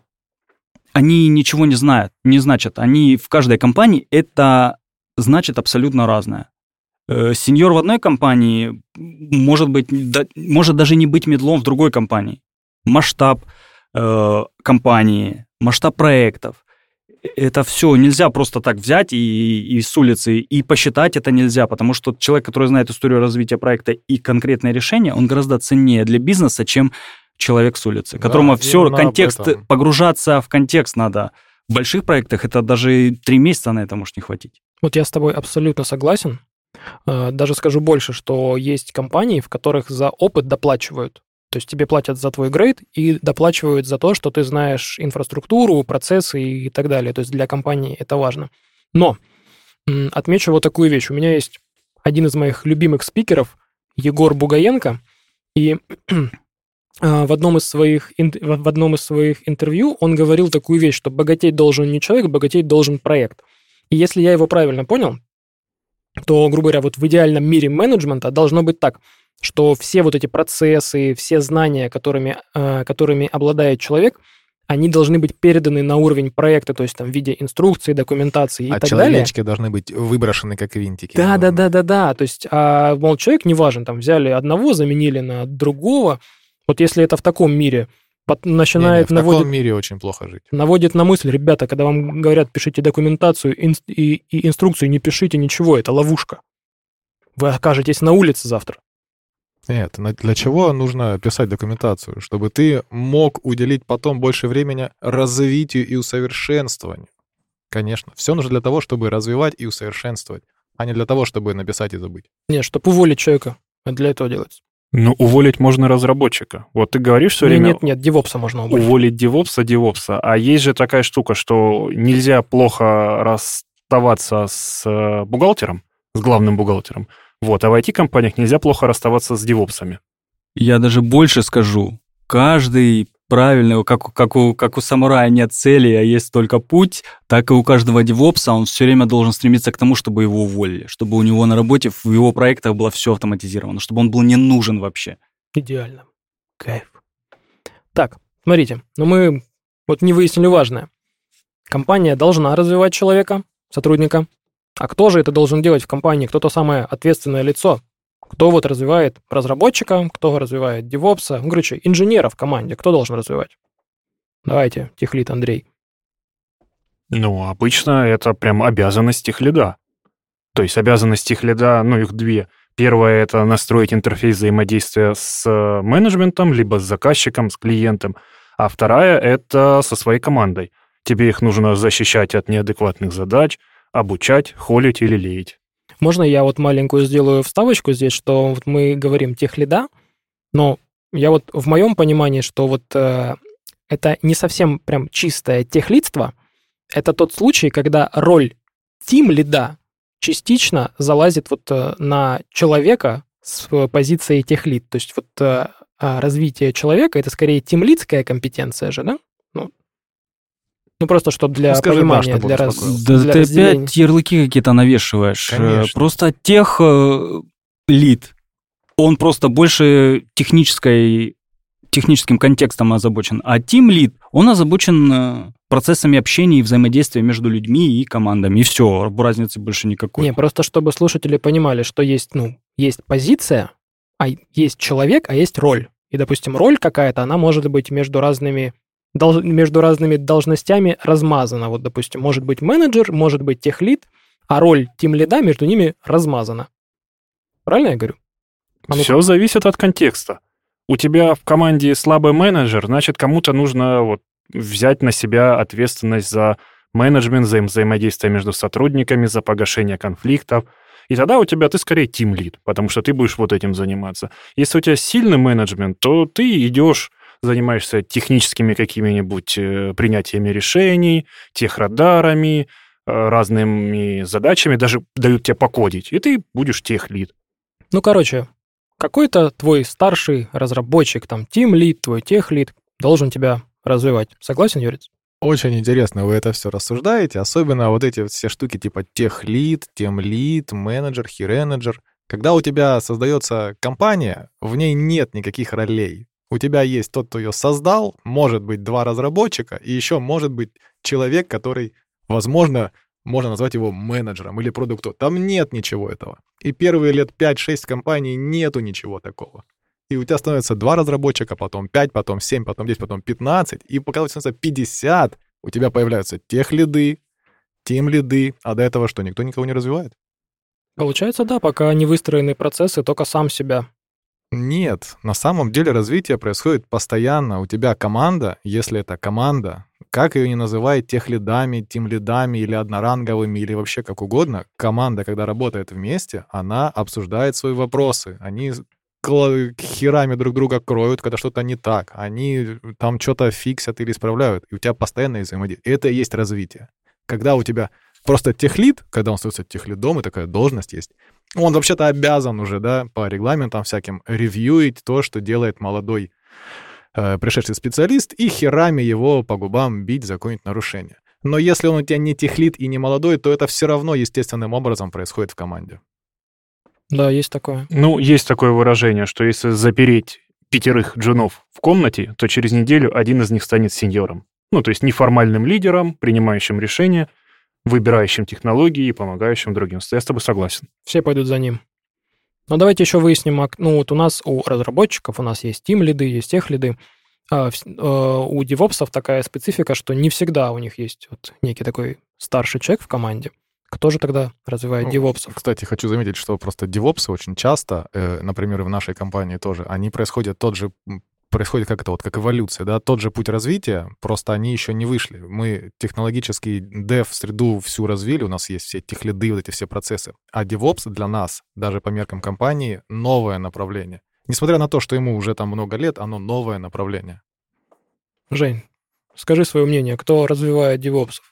они ничего не знают, не значат. Они в каждой компании это значит абсолютно разное. Э, сеньор в одной компании может быть, да, может даже не быть мидлом в другой компании. Масштаб э, компании, масштаб проектов. Это все нельзя просто так взять и, и с улицы, и посчитать это нельзя, потому что человек, который знает историю развития проекта и конкретное решение, он гораздо ценнее для бизнеса, чем человек с улицы, Да, которому все именно об контекст, этом. погружаться в контекст надо. В больших проектах это даже три месяца на это может не хватить. Вот я с тобой абсолютно согласен. Э, Даже скажу больше, что есть компании, в которых за опыт доплачивают. То есть тебе платят за твой грейд и доплачивают за то, что ты знаешь инфраструктуру, процессы и так далее. То есть для компании это важно. Но м, отмечу вот такую вещь. У меня есть один из моих любимых спикеров, Егор Бугаенко, и э, в одном из своих, ин- в в одном из своих интервью он говорил такую вещь, что богатеть должен не человек, богатеть должен проект. И если я его правильно понял, то, грубо говоря, вот в идеальном мире менеджмента должно быть так, что все вот эти процессы, все знания, которыми, э, которыми обладает человек, они должны быть переданы на уровень проекта, то есть там в виде инструкции, документации и А так далее. человечки должны быть выброшены как винтики. Да, да, да, да, да. То есть, а, мол, человек не важен, там взяли одного, заменили на другого. Вот если это в таком мире, под- Не, не, начинает в таком наводит, мире очень плохо жить. наводит на мысль, ребята, когда вам говорят, пишите документацию инс- и, и инструкцию, не пишите ничего, это ловушка. Вы окажетесь на улице завтра. Нет, на- для чего нужно писать документацию? Чтобы ты мог уделить потом больше времени развитию и усовершенствованию. Конечно, все нужно для того, чтобы развивать и усовершенствовать, а не для того, чтобы написать и забыть. Нет, чтобы уволить человека, это для этого делается. Ну, уволить можно разработчика. Вот ты говоришь все Нет, время... нет, нет, девопса можно уволить. Уволить девопса, девопса. А есть же такая штука, что нельзя плохо расставаться с э, бухгалтером, с главным бухгалтером. Вот, а в ай ти-компаниях нельзя плохо расставаться с девопсами. Я даже больше скажу. Каждый правильный, как, у- как, у, как у самурая нет цели, а есть только путь, так и у каждого девопса он все время должен стремиться к тому, чтобы его уволили, чтобы у него на работе, в его проектах было все автоматизировано, чтобы он был не нужен вообще. Идеально. Кайф. Так, смотрите, ну мы вот не выяснили важное. Компания должна развивать человека, сотрудника. А кто же это должен делать в компании? Кто то самое ответственное лицо? Кто вот развивает разработчика, кто развивает девопса? Ну, короче, инженера в команде. Кто должен развивать? Давайте, техлит Андрей. Ну, обычно это прям обязанность техлида. То есть обязанность техлида, ну, их две. Первое – это настроить интерфейс взаимодействия с менеджментом, либо с заказчиком, с клиентом. А вторая – это со своей командой. Тебе их нужно защищать от неадекватных задач, обучать, холить или леять. Можно я вот маленькую сделаю вставочку здесь, что вот мы говорим техлида, но я вот в моем понимании, что вот э, это не совсем прям чистое техлидство, это тот случай, когда роль тимлида частично залазит вот э, на человека с позиции техлид. То есть вот э, развитие человека — это скорее тимлидская компетенция же, да? Ну, ну просто что для Ну, скажи, да, понимания, чтобы для, он раз, успокоился. Да для ты разделения. опять ярлыки какие-то навешиваешь. Э, Конечно. Просто тех э, лид, он просто больше технической, техническим контекстом озабочен, а Team Lead, он озабочен э, процессами общения и взаимодействия между людьми и командами. И все, разницы больше никакой. Не, просто чтобы слушатели понимали, что есть, ну, есть позиция, а есть человек, а есть роль. И, допустим, роль какая-то, она может быть между разными, долж- между разными должностями размазана. Вот, допустим, может быть менеджер, может быть техлид, а роль тимлида между ними размазана. Правильно я говорю? А ну-ка. Все зависит от контекста. У тебя в команде слабый менеджер, значит, кому-то нужно вот взять на себя ответственность за менеджмент, за взаимодействие между сотрудниками, за погашение конфликтов. И тогда у тебя ты скорее тимлид, потому что ты будешь вот этим заниматься. Если у тебя сильный менеджмент, то ты идешь, занимаешься техническими какими-нибудь э, принятиями решений, техрадарами, э, разными задачами, даже дают тебе покодить, и ты будешь техлид. Ну, короче, какой-то твой старший разработчик, там, тимлид, твой техлид, должен тебя развивать. Согласен, Юрец? Очень интересно, вы это все рассуждаете, особенно вот эти все штуки типа техлид, темлид, менеджер, хиrenеджер. Когда у тебя создается компания, в ней нет никаких ролей. У тебя есть тот, кто ее создал, может быть два разработчика, и еще может быть человек, который, возможно, можно назвать его менеджером или продуктом. Там нет ничего этого. И первые лет пять-шесть в компании нету ничего такого. И у тебя становится два разработчика, потом пять, потом семь, потом десять, потом пятнадцать. И пока у тебя становится пятьдесят, у тебя появляются техлиды, тимлиды, а до этого что, никто никого не развивает? Получается, да, пока не выстроены процессы, только сам себя. Нет, на самом деле развитие происходит постоянно. У тебя команда, если это команда, как ее ни называй, техлидами, тимлидами или одноранговыми, или вообще как угодно, команда, когда работает вместе, она обсуждает свои вопросы. Они херами друг друга кроют, когда что-то не так. Они там что-то фиксят или исправляют. И у тебя постоянное взаимодействие. Это и есть развитие. Когда у тебя просто техлид, когда он становится техлидом, и такая должность есть, он вообще-то обязан уже, да, по регламентам всяким ревьюить то, что делает молодой э, пришедший специалист, и херами его по губам бить за какое-нибудь нарушение. Но если он у тебя не техлид и не молодой, то это все равно естественным образом происходит в команде. Да, есть такое. Ну, есть такое выражение, что если запереть пятерых джунов в комнате, то через неделю один из них станет сеньором. Ну, то есть неформальным лидером, принимающим решения, выбирающим технологии и помогающим другим. Я с тобой согласен. Все пойдут за ним. Но давайте еще выясним, а, ну вот у нас у разработчиков, у нас есть тимлиды, есть техлиды. А, вс- а, у девопсов такая специфика, что не всегда у них есть вот некий такой старший человек в команде. Кто же тогда развивает Ну, девопсов? Кстати, хочу заметить, что просто девопсы очень часто, э, например, и в нашей компании тоже, они происходят тот же, м, происходит как это вот, как эволюция, да, тот же путь развития, просто они еще не вышли. Мы технологический дев-среду всю развили, у нас есть все техлиды, вот эти все процессы. А DevOps для нас, даже по меркам компании, новое направление. Несмотря на то, что ему уже там много лет, оно новое направление. Жень, скажи свое мнение, кто развивает девопсов?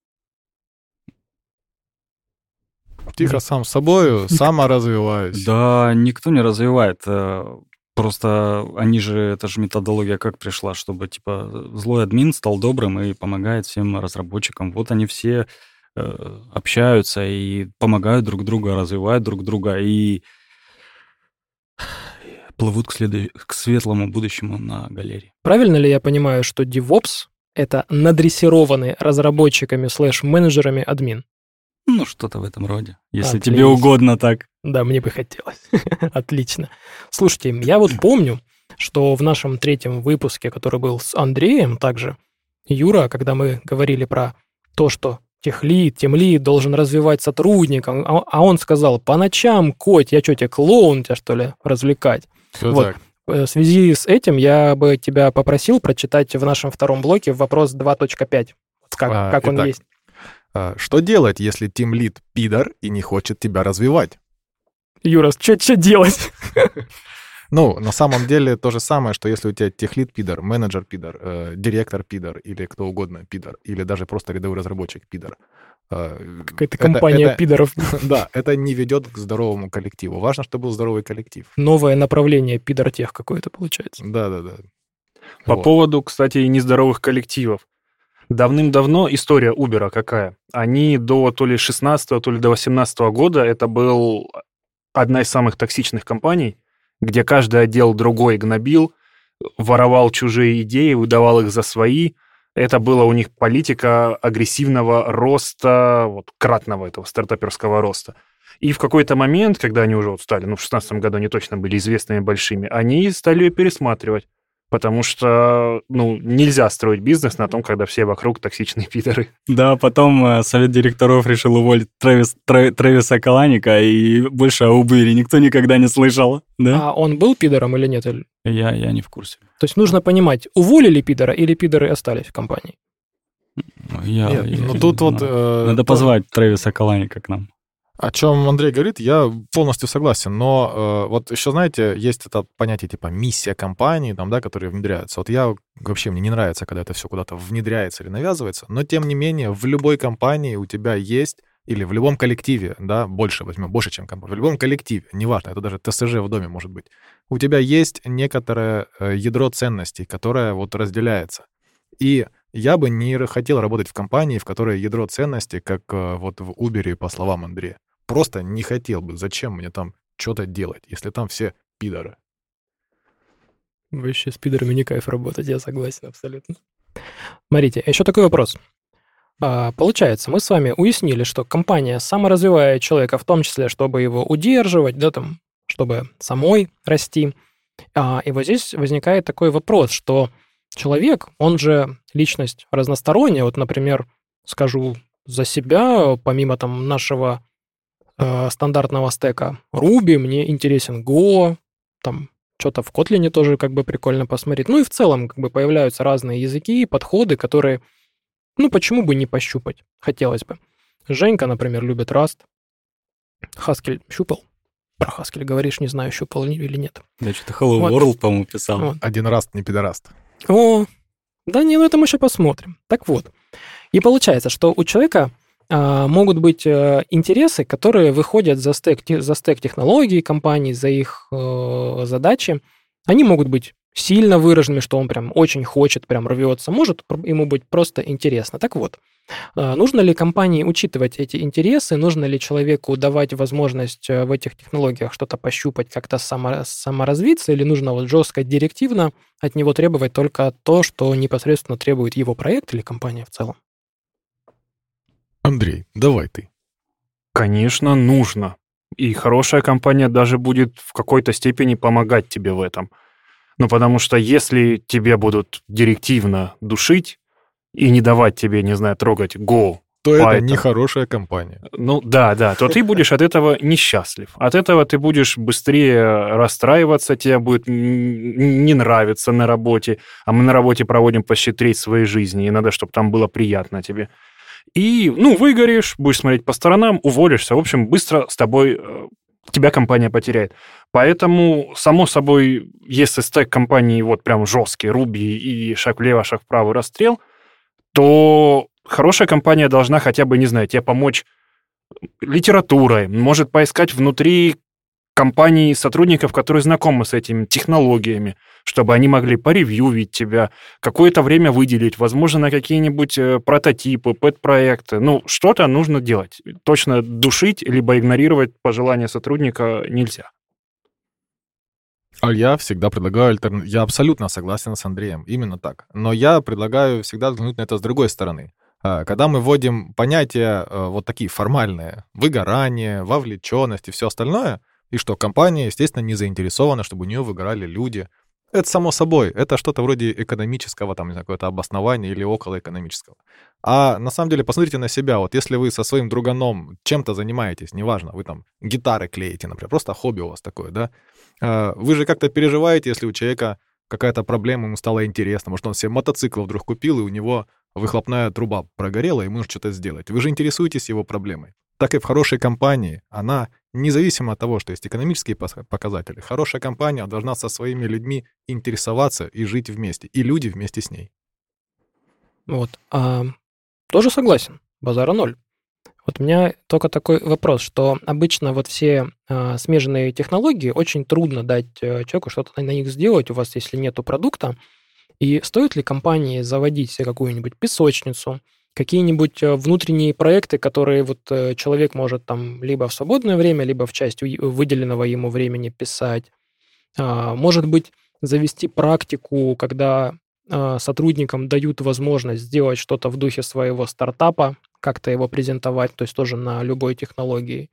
Тихо, сам с собою, саморазвиваюсь. Да, никто не развивает. э, Просто они же, это же методология как пришла, чтобы, типа, злой админ стал добрым и помогает всем разработчикам. Вот они все э, общаются и помогают друг другу, развивают друг друга и плывут к, следу- к светлому будущему на галерее. Правильно ли я понимаю, что DevOps — это надрессированный разработчиками слэш-менеджерами админ? Ну, что-то в этом роде. Если Отлично. тебе угодно так. Да, мне бы хотелось. Отлично. Слушайте, я вот помню, что в нашем третьем выпуске, который был с Андреем также, Юра, когда мы говорили про то, что техлид, тимлид должен развивать сотрудника, а, а он сказал, по ночам, Коть, я что, тебе клоун тебя, что ли, развлекать? Всё Вот. так. В связи с этим я бы тебя попросил прочитать в нашем втором блоке вопрос два точка пять, как, А, как он итак. есть. А, Что делать, если тимлид пидор и не хочет тебя развивать? Юра, что делать? Ну, на самом деле то же самое, что если у тебя техлид пидор, менеджер пидор, э, директор пидор или кто угодно пидор, или даже просто рядовой разработчик пидор. э, Какая-то это- компания это- пидоров. Да, это не ведет к здоровому коллективу. Важно, чтобы был здоровый коллектив. Новое направление пидортех какое-то получается. Да-да-да. По Вот. поводу, кстати, нездоровых коллективов. Давным-давно история Uber какая? Они до то ли шестнадцатого, то ли до восемнадцатого года, это был одна из самых токсичных компаний, где каждый отдел другой гнобил, воровал чужие идеи, выдавал их за свои. Это была у них политика агрессивного роста, вот кратного этого стартаперского роста. И в какой-то момент, когда они уже вот стали, ну, в шестнадцатом году они точно были известными большими, они стали ее пересматривать. Потому что, ну, нельзя строить бизнес на том, когда все вокруг токсичные пидоры. Да, потом э, совет директоров решил уволить Трэвис, Трэ- Трэвиса Каланика, и больше о Uber никто никогда не слышал, да? А он был пидором или нет? Или- Я, я не в курсе. То есть нужно понимать, уволили пидора или пидоры остались в компании? Я, Нет, я ну не тут вот... знаю. э, Надо то- позвать Трэвиса Каланика к нам. О чем Андрей говорит, я полностью согласен. Но э, вот еще, знаете, есть это понятие типа миссия компании, там, да, которые внедряются. Вот я вообще, мне не нравится, когда это все куда-то внедряется или навязывается. Но тем не менее, в любой компании у тебя есть, или в любом коллективе, да, больше возьмем, больше, чем компания, в любом коллективе, неважно, это даже ТСЖ в доме может быть, у тебя есть некоторое э, ядро ценностей, которое вот разделяется. И я бы не хотел работать в компании, в которой ядро ценностей, как э, вот в Uber, по словам Андрея. Просто не хотел бы. Зачем мне там что-то делать, если там все пидоры? Вообще с пидорами не кайф работать, я согласен абсолютно. Смотрите, еще такой вопрос. А, Получается, мы с вами уяснили, что компания саморазвивает человека, в том числе, чтобы его удерживать, да, там, чтобы самой расти. А, И вот здесь возникает такой вопрос, что человек, он же личность разносторонняя. Вот, например, скажу за себя, помимо там нашего э, стандартного стека Ruby, мне интересен Go, там что-то в Kotlin тоже как бы прикольно посмотреть. Ну и в целом как бы появляются разные языки, подходы, которые, ну почему бы не пощупать, хотелось бы. Женька, например, любит Rust. Haskell щупал? Про Haskell говоришь, не знаю, щупал или нет. Да, что-то Hello Вот. World, по-моему, писал. Вот. Один раз не пидораст. О, да не, ну это мы еще посмотрим. Так вот, и получается, что у человека а, могут быть а, интересы, которые выходят за стек, те- за стек технологий компаний, за их э, задачи. Они могут быть сильно выраженными, что он прям очень хочет, прям рвется. Может пр- ему быть просто интересно. Так вот, а, нужно ли компании учитывать эти интересы? Нужно ли человеку давать возможность э, в этих технологиях что-то пощупать, как-то само- саморазвиться? Или нужно вот жестко, директивно от него требовать только то, что непосредственно требует его проект или компания в целом? Андрей, давай ты. Конечно, нужно. И хорошая компания даже будет в какой-то степени помогать тебе в этом. Ну, потому что если тебе будут директивно душить и не давать тебе, не знаю, трогать Go, То это Python. нехорошая компания. ну да, да, то ты будешь от этого несчастлив. От этого ты будешь быстрее расстраиваться, тебе будет н- не нравиться на работе, а мы на работе проводим почти треть своей жизни, и надо, чтобы там было приятно тебе. И, ну, выгоришь, будешь смотреть по сторонам, уволишься. В общем, быстро с тобой э, тебя компания потеряет. Поэтому, само собой, если стек компании вот прям жесткий, Ruby и шаг влево, шаг вправо, расстрел, то хорошая компания должна хотя бы, не знаю, тебе помочь литературой, может поискать внутри компании сотрудников, которые знакомы с этими технологиями, чтобы они могли поревьювить тебя, какое-то время выделить, возможно, на какие-нибудь э, прототипы, пэт-проекты. Ну, что-то нужно делать. Точно душить либо игнорировать пожелания сотрудника нельзя. А я всегда предлагаю альтернативу. Я абсолютно согласен с Андреем, именно так. Но я предлагаю всегда взглянуть на это с другой стороны. А, Когда мы вводим понятия э, вот такие формальные, выгорание, вовлеченность и все остальное, и что компания, естественно, не заинтересована, чтобы у нее выгорали люди, Это само собой, это что-то вроде экономического, там, не знаю, какое-то обоснование или околоэкономического. А на самом деле, посмотрите на себя, вот если вы со своим друганом чем-то занимаетесь, неважно, вы там гитары клеите, например, просто хобби у вас такое, да, вы же как-то переживаете, если у человека какая-то проблема, ему стало интересно, может, он себе мотоцикл вдруг купил, и у него выхлопная труба прогорела, и ему нужно что-то сделать. Вы же интересуетесь его проблемой. Так и в хорошей компании, она, независимо от того, что есть экономические показатели, хорошая компания должна со своими людьми интересоваться и жить вместе, и люди вместе с ней. Вот. А, тоже согласен, базара ноль. Вот у меня только такой вопрос, что обычно вот все а, смежные технологии очень трудно дать человеку что-то на них сделать, у вас, если нету продукта. И стоит ли компании заводить себе какую-нибудь песочницу, какие-нибудь внутренние проекты, которые вот человек может там либо в свободное время, либо в часть выделенного ему времени писать. Может быть, завести практику, когда сотрудникам дают возможность сделать что-то в духе своего стартапа, как-то его презентовать, то есть тоже на любой технологии.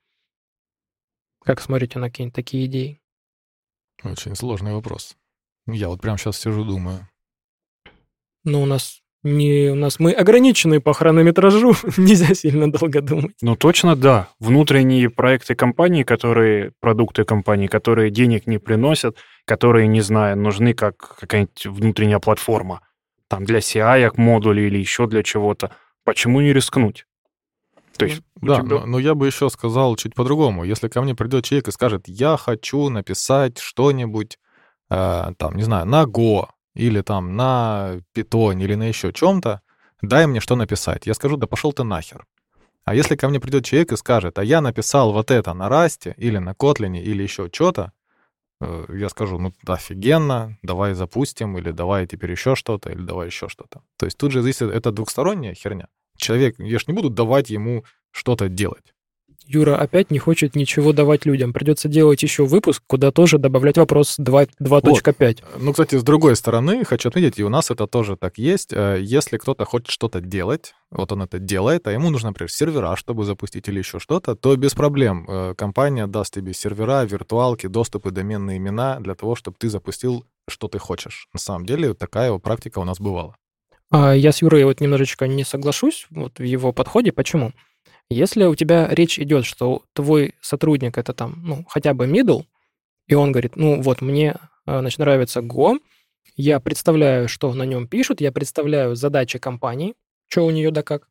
Как смотрите на какие-нибудь такие идеи? Очень сложный вопрос. Я вот прямо сейчас сижу, думаю. Ну, у нас не у нас мы ограничены по хронометражу, нельзя сильно долго думать. Ну, точно да. Внутренние проекты компании, которые, продукты компании, которые денег не приносят, которые, не знаю, нужны как какая-нибудь внутренняя платформа, там для си ай модули или еще для чего-то. Почему не рискнуть? То есть, да, тебя... но, но я бы еще сказал чуть по-другому. Если ко мне придет человек и скажет, я хочу написать что-нибудь, э, там, не знаю, на Go, или там на питоне, или на еще чем-то, дай мне что написать. Я скажу, да пошел ты нахер. А если ко мне придет человек и скажет, а я написал вот это на Расте, или на Котлине, или еще что-то, я скажу, ну, офигенно, давай запустим, или давай теперь еще что-то, или давай еще что-то. То есть тут же здесь это двухсторонняя херня. Человек, я ж не буду давать ему что-то делать. Юра опять не хочет ничего давать людям. Придется делать еще выпуск, куда тоже добавлять вопрос два точка пять. Вот. Ну, кстати, с другой стороны, хочу отметить, и у нас это тоже так есть. Если кто-то хочет что-то делать, вот он это делает, а ему нужно, например, сервера, чтобы запустить или еще что-то, то без проблем компания даст тебе сервера, виртуалки, доступы, доменные имена для того, чтобы ты запустил, что ты хочешь. На самом деле такая вот практика у нас бывала. Я с Юрой вот немножечко не соглашусь вот в его подходе. Почему? Если у тебя речь идет, что твой сотрудник это там, ну, хотя бы middle, и он говорит, ну, вот мне, значит, нравится Go, я представляю, что на нем пишут, я представляю задачи компании, что у нее да как.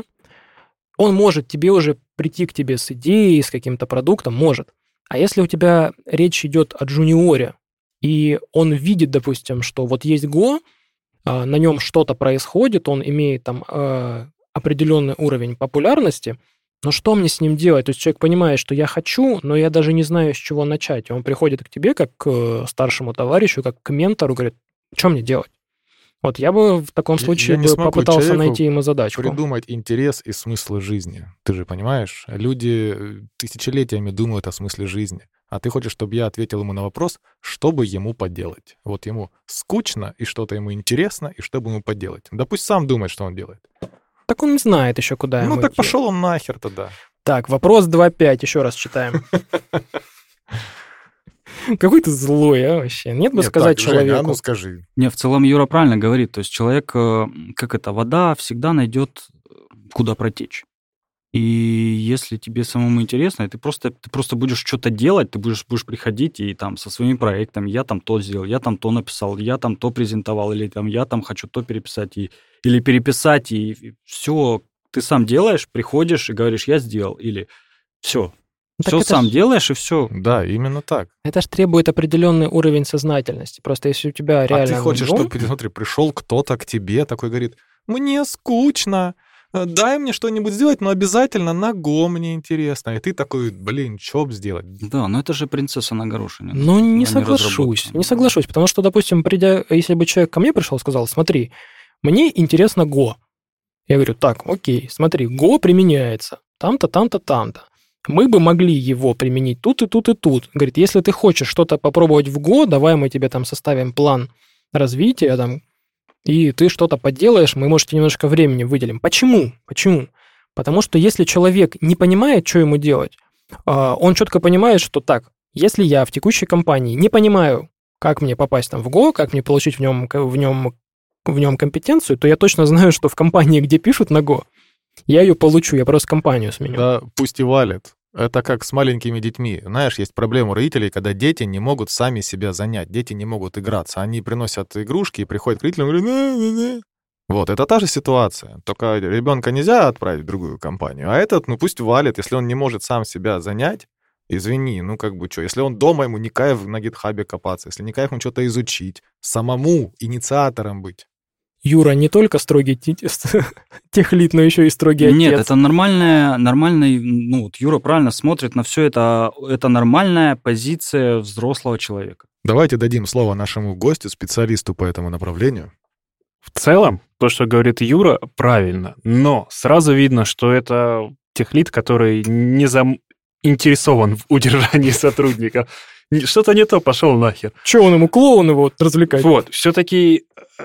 Он может тебе уже прийти к тебе с идеей, с каким-то продуктом, может. А если у тебя речь идет о джуниоре, и он видит, допустим, что вот есть Go, на нем что-то происходит, он имеет там определенный уровень популярности, но что мне с ним делать? То есть человек понимает, что я хочу, но я даже не знаю, с чего начать. И он приходит к тебе как к старшему товарищу, как к ментору, говорит, что мне делать? Вот я бы в таком случае я, я бы попытался найти ему задачку. Придумать интерес и смысл жизни. Ты же понимаешь, люди тысячелетиями думают о смысле жизни. А ты хочешь, чтобы я ответил ему на вопрос, что бы ему поделать. Вот ему скучно, и что-то ему интересно, и что бы ему поделать. Да пусть сам думает, что он делает. Так он не знает еще, куда ему Ну так идти. пошел он нахер тогда. Так, вопрос два пять, еще раз читаем. Какой ты злой, а, вообще? Нет бы сказать человеку. Ну скажи. Не, в целом Юра правильно говорит. То есть человек, как это, вода всегда найдет, куда протечь. И если тебе самому интересно, ты просто, ты просто будешь что-то делать, ты будешь, будешь приходить и там со своими проектами, я там то сделал, я там то написал, я там то презентовал, или там я там хочу то переписать, и, или переписать, и, и все, ты сам делаешь, приходишь и говоришь, я сделал, или все, Так все это сам ж- делаешь, и все. Да, именно так. Это же требует определенный уровень сознательности. Просто если у тебя реально... А ты хочешь, ну, чтобы, смотри, пришел кто-то к тебе, такой говорит, мне скучно, дай мне что-нибудь сделать, но обязательно на Go мне интересно. И ты такой, блин, что б сделать? Да, но это же принцесса на горошине. Ну, не Она соглашусь, разработана. не соглашусь, потому что, допустим, придя, если бы человек ко мне пришел и сказал, смотри, мне интересно Go. Я говорю, так, окей, смотри, Go применяется там-то, там-то, там-то. Мы бы могли его применить тут и тут и тут. Говорит, если ты хочешь что-то попробовать в Go, давай мы тебе там составим план развития, там, и ты что-то поделаешь, мы, может, немножко времени выделим. Почему? Почему? Потому что если человек не понимает, что ему делать, он четко понимает, что так, если я в текущей компании не понимаю, как мне попасть там в Go, как мне получить в нем, в нем, в нем компетенцию, то я точно знаю, что в компании, где пишут на Go, я ее получу, я просто компанию сменю. Да, пусть и валит. Это как с маленькими детьми. Знаешь, есть проблема у родителей, когда дети не могут сами себя занять, дети не могут играться. Они приносят игрушки и приходят к родителям и говорят: «Не-не-не». Вот, это та же ситуация. Только ребенка нельзя отправить в другую компанию, а этот, ну пусть валит, если он не может сам себя занять. Извини, ну как бы что, если он дома, ему не кайф на гитхабе копаться, если не кайф ему что-то изучить, самому инициатором быть. Юра не только строгий техлид, но еще и строгий отец. Нет, это нормальная, нормальный, ну вот Юра правильно смотрит на все это, это нормальная позиция взрослого человека. Давайте дадим слово нашему гостю, специалисту по этому направлению. В целом, то, что говорит Юра, правильно, но сразу видно, что это техлид, который не заинтересован в удержании сотрудников. Что-то не то, пошел нахер. Че он ему, клоун его развлекать? Вот, все-таки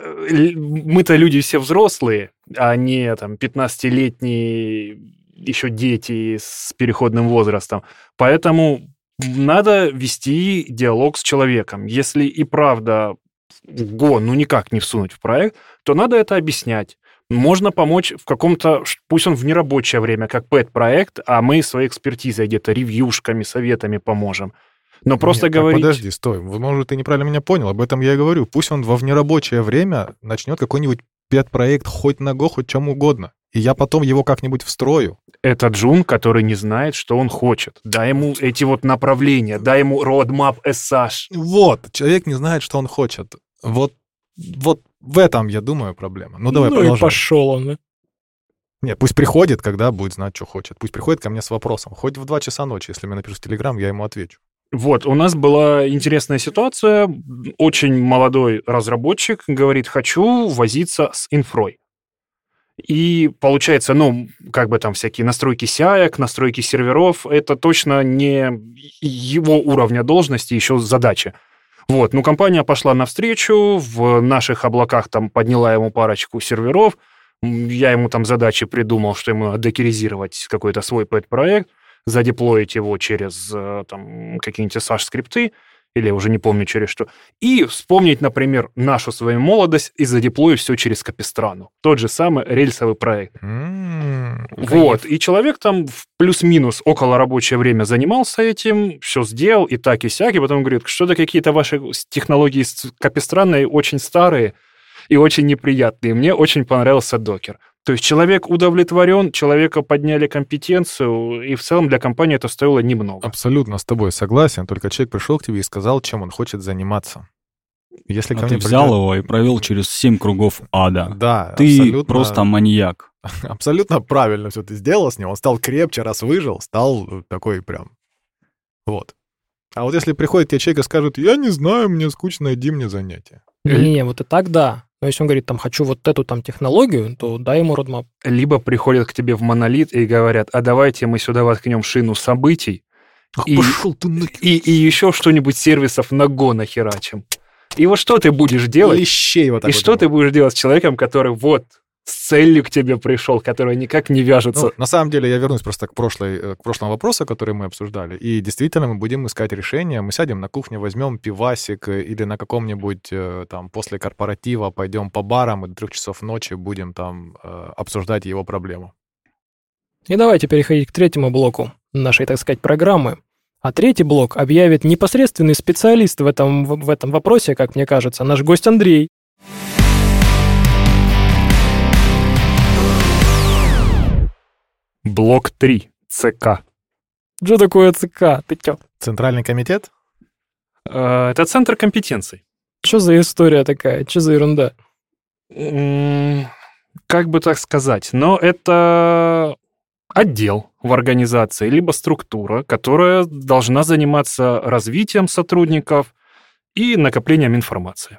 мы-то люди все взрослые, а не там пятнадцатилетние еще дети с переходным возрастом. Поэтому надо вести диалог с человеком. Если и правда Go ну никак не всунуть в проект, то надо это объяснять. Можно помочь в каком-то, пусть он в нерабочее время, как пэт-проект, а мы своей экспертизой где-то, ревьюшками, советами поможем. Но просто Нет, говорить... Подожди, стой. Может, ты неправильно меня понял. Об этом я и говорю. Пусть он во внерабочее время начнет какой-нибудь пэт-проект хоть на Go, хоть чем угодно. И я потом его как-нибудь встрою. Это джун, который не знает, что он хочет. Дай ему эти вот направления, дай ему roadmap эс эйч. Вот. Человек не знает, что он хочет. Вот, вот в этом, я думаю, проблема. Ну, давай ну продолжим. и пошел он, да? Нет, пусть приходит, когда будет знать, что хочет. Пусть приходит ко мне с вопросом. Хоть в два часа ночи, если мне напишут в Телеграм, я ему отвечу. Вот, у нас была интересная ситуация. Очень молодой разработчик говорит: хочу возиться с инфрой. И получается, ну, как бы там всякие настройки си ай, настройки серверов, это точно не его уровня должности, еще задача. Вот, ну, компания пошла навстречу, в наших облаках там подняла ему парочку серверов, я ему там задачи придумал, что ему надо докеризировать какой-то свой пэт-проект, задеплоить его через там какие-нибудь эс эйч-скрипты, или я уже не помню через что, и вспомнить, например, нашу свою молодость и задеплоить все через Капистрану. Тот же самый рельсовый проект. М-м-м. Вот, и человек там в плюс-минус около рабочее время занимался этим, все сделал, и так, и сяк, и потом говорит: что-то какие-то ваши технологии с Капистраной очень старые и очень неприятные. Мне очень понравился докер. То есть человек удовлетворен, человека подняли компетенцию, и в целом для компании это стоило немного. Абсолютно с тобой согласен, только человек пришел к тебе и сказал, чем он хочет заниматься. Если А ко ты мне взял придет- его и провел через семь кругов ада. Да, Ты абсолютно, просто маньяк. абсолютно правильно все ты сделал с ним. Он стал крепче, раз выжил, стал такой прям. Вот. А вот если приходит тебе человек и скажет: я не знаю, мне скучно, иди мне занятие. Не, вот и так да. Но если он говорит, там, хочу вот эту там технологию, то дай ему roadmap. Либо приходят к тебе в монолит и говорят: а давайте мы сюда воткнем шину событий, Ах, И- пошел ты нахер. и, и еще что-нибудь сервисов на Go нахерачим. И вот что ты будешь делать? Лещей вот так И вот что ему. ты будешь делать с человеком, который вот с целью к тебе пришел, который никак не вяжется? Ну, на самом деле, я вернусь просто к, прошлой, э, к прошлому вопросу, который мы обсуждали. И действительно, мы будем искать решение. Мы сядем на кухне, возьмем пивасик э, или на каком-нибудь э, там после корпоратива пойдем по барам и до трех часов ночи будем там э, обсуждать его проблему. И давайте переходить к третьему блоку нашей, так сказать, программы. А третий блок объявит непосредственный специалист в этом, в, в этом вопросе, как мне кажется, наш гость Андрей. Блок три. ЦК. Что такое ЦК? Ты чё? Центральный комитет? Э, Это центр компетенций. Что за история такая? Что за ерунда? М, Как бы так сказать? Но это отдел в организации, либо структура, которая должна заниматься развитием сотрудников и накоплением информации.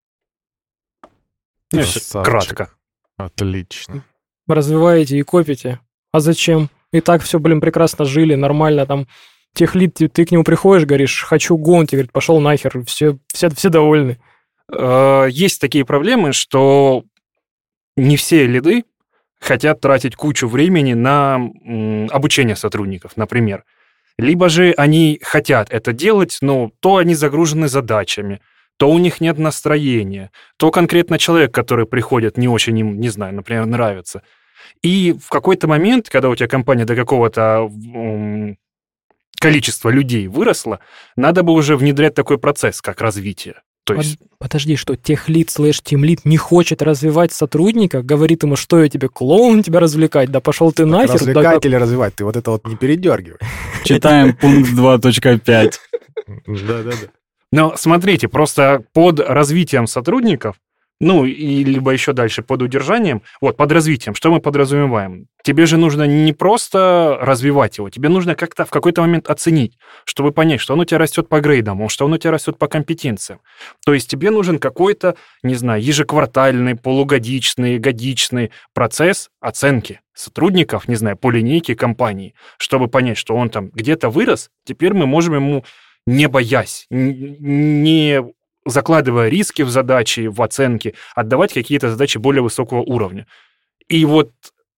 Ну, если Красавчик. кратко. Отлично. Развиваете и копите. А зачем? И так все, блин, прекрасно жили, нормально там. Техлид, ты, ты к нему приходишь, говоришь, хочу Go, он тебе говорит, пошел нахер, все, все, все довольны. Э, Есть такие проблемы, что не все лиды хотят тратить кучу времени на м, обучение сотрудников, например. Либо же они хотят это делать, но то они загружены задачами, то у них нет настроения, то конкретно человек, который приходит, не очень им, не знаю, например, нравится. И в какой-то момент, когда у тебя компания до какого-то м, количества людей выросла, надо бы уже внедрять такой процесс, как развитие. То Под- есть, Подожди, что техлид слэш тимлид не хочет развивать сотрудника, говорит ему, что я тебе, клоун тебя развлекать, да пошел ты Так нахер. да развлекать как- или развивать? Ты вот это вот не передергивай. Читаем пункт два точка пять. Да-да-да. но смотрите, просто под развитием сотрудников, ну, и либо еще дальше под удержанием, вот, под развитием, что мы подразумеваем? Тебе же нужно не просто развивать его, тебе нужно как-то в какой-то момент оценить, чтобы понять, что он у тебя растет по грейдам, что он у тебя растет по компетенциям. То есть тебе нужен какой-то, не знаю, ежеквартальный, полугодичный, годичный процесс оценки сотрудников, не знаю, по линейке компании, чтобы понять, что он там где-то вырос, теперь мы можем ему, не боясь, н- не закладывая риски в задачи, в оценки, отдавать какие-то задачи более высокого уровня. И вот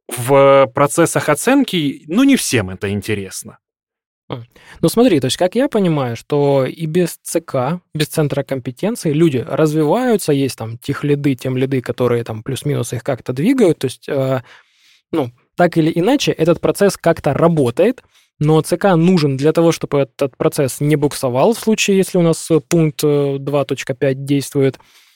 в процессах оценки, ну, не всем это интересно. Ну смотри, то есть как я понимаю, что и без ЦК, без центра компетенции люди развиваются, есть там техлиды, темлиды, которые там плюс-минус их как-то двигают, то есть, э, ну, так или иначе, этот процесс как-то работает, но ЦК нужен для того, чтобы этот процесс не буксовал в случае, если у нас э, пункт э, два точка пять действует.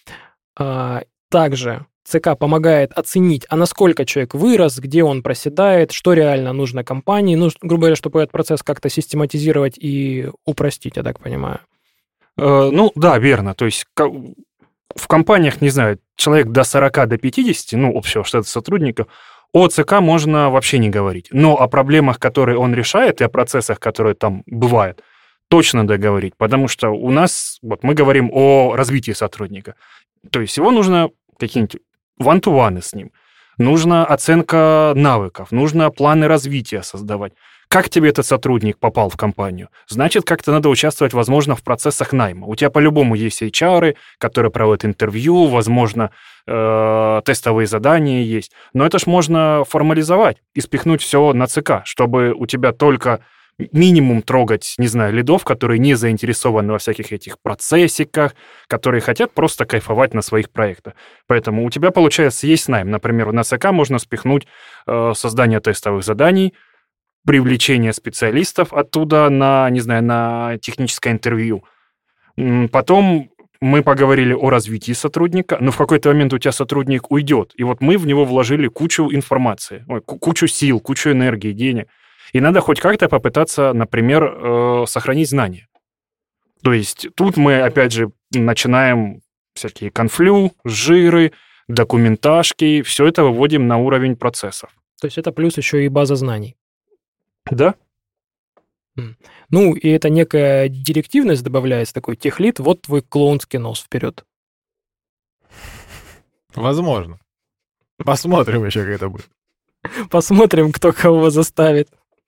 А, Также ЦК помогает оценить, а насколько человек вырос, где он проседает, что реально нужно компании, ну, грубо говоря, чтобы этот процесс как-то систематизировать и упростить, я так понимаю. Э, Ну, да, верно. То есть ко- в компаниях, не знаю, человек до сорока, до пятидесяти, ну, общего штата сотрудников, о ЦК можно вообще не говорить. Но о проблемах, которые он решает, и о процессах, которые там бывают, точно договорить. Потому что у нас, вот мы говорим о развитии сотрудника. То есть его нужно какие-нибудь one-to-one с ним. Нужна оценка навыков, нужно планы развития создавать. Как тебе этот сотрудник попал в компанию? Значит, как-то надо участвовать, возможно, в процессах найма. У тебя по-любому есть эйч ар, которые проводят интервью, возможно, э, тестовые задания есть. Но это ж можно формализовать и спихнуть все на ЦК, чтобы у тебя только минимум трогать, не знаю, лидов, которые не заинтересованы во всяких этих процессиках, которые хотят просто кайфовать на своих проектах. Поэтому у тебя, получается, есть найм. Например, на ЦК можно спихнуть э, создание тестовых заданий, привлечение специалистов оттуда на, не знаю, на техническое интервью. М, Потом мы поговорили о развитии сотрудника, но в какой-то момент у тебя сотрудник уйдет, и вот мы в него вложили кучу информации, ой, ку- кучу сил, кучу энергии, денег. И надо хоть как-то попытаться, например, э, сохранить знания. То есть тут мы, опять же, начинаем всякие конфлю, жиры, документажки, все это выводим на уровень процессов. То есть это плюс еще и база знаний. Да? Ну, и это некая директивность добавляется, такой техлид, вот твой клоунский нос вперед. Возможно. Посмотрим еще, как это будет. Посмотрим, кто кого заставит.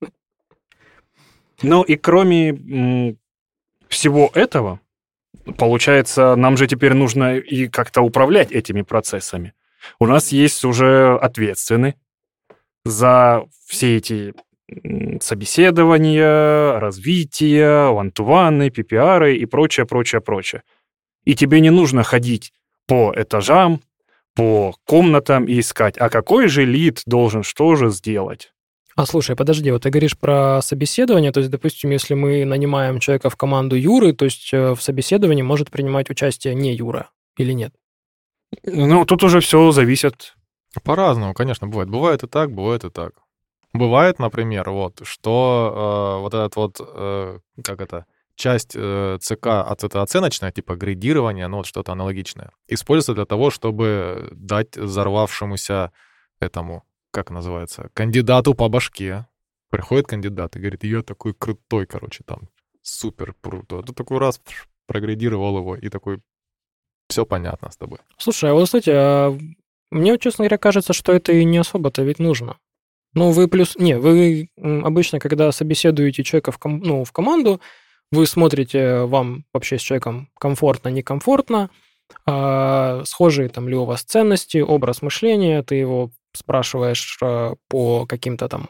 Ну и кроме м, всего этого, получается, нам же теперь нужно и как-то управлять этими процессами. У нас есть уже ответственный за все эти м, собеседования, развитие, one-to-one, пи пи ар и прочее, прочее, прочее. И тебе не нужно ходить по этажам, по комнатам и искать, а какой же лид должен что же сделать. А слушай, подожди, вот ты говоришь про собеседование, то есть, допустим, если мы нанимаем человека в команду Юры, то есть э, в собеседовании может принимать участие не Юра или нет? Ну, тут уже все зависит. По-разному, конечно, бывает. Бывает и так, бывает и так. Бывает, например, вот, что э, вот этот вот, э, как это, часть э, ЦК, от это оценочная, типа градирование, ну вот что-то аналогичное, используется для того, чтобы дать взорвавшемуся этому, как называется, кандидату по башке. Приходит кандидат и говорит, я такой крутой, короче, там, супер круто. А ты такой раз пш, проградировал его и такой, все понятно с тобой. Слушай, а вот, кстати, а мне, вот, честно говоря, кажется, что это и не особо-то ведь нужно. Ну, вы плюс... Не, вы м, обычно, когда собеседуете человека в, ком... ну, в команду, вы смотрите, вам вообще с человеком комфортно, некомфортно, а, схожие там ли у вас ценности, образ мышления, ты его спрашиваешь а, по каким-то там,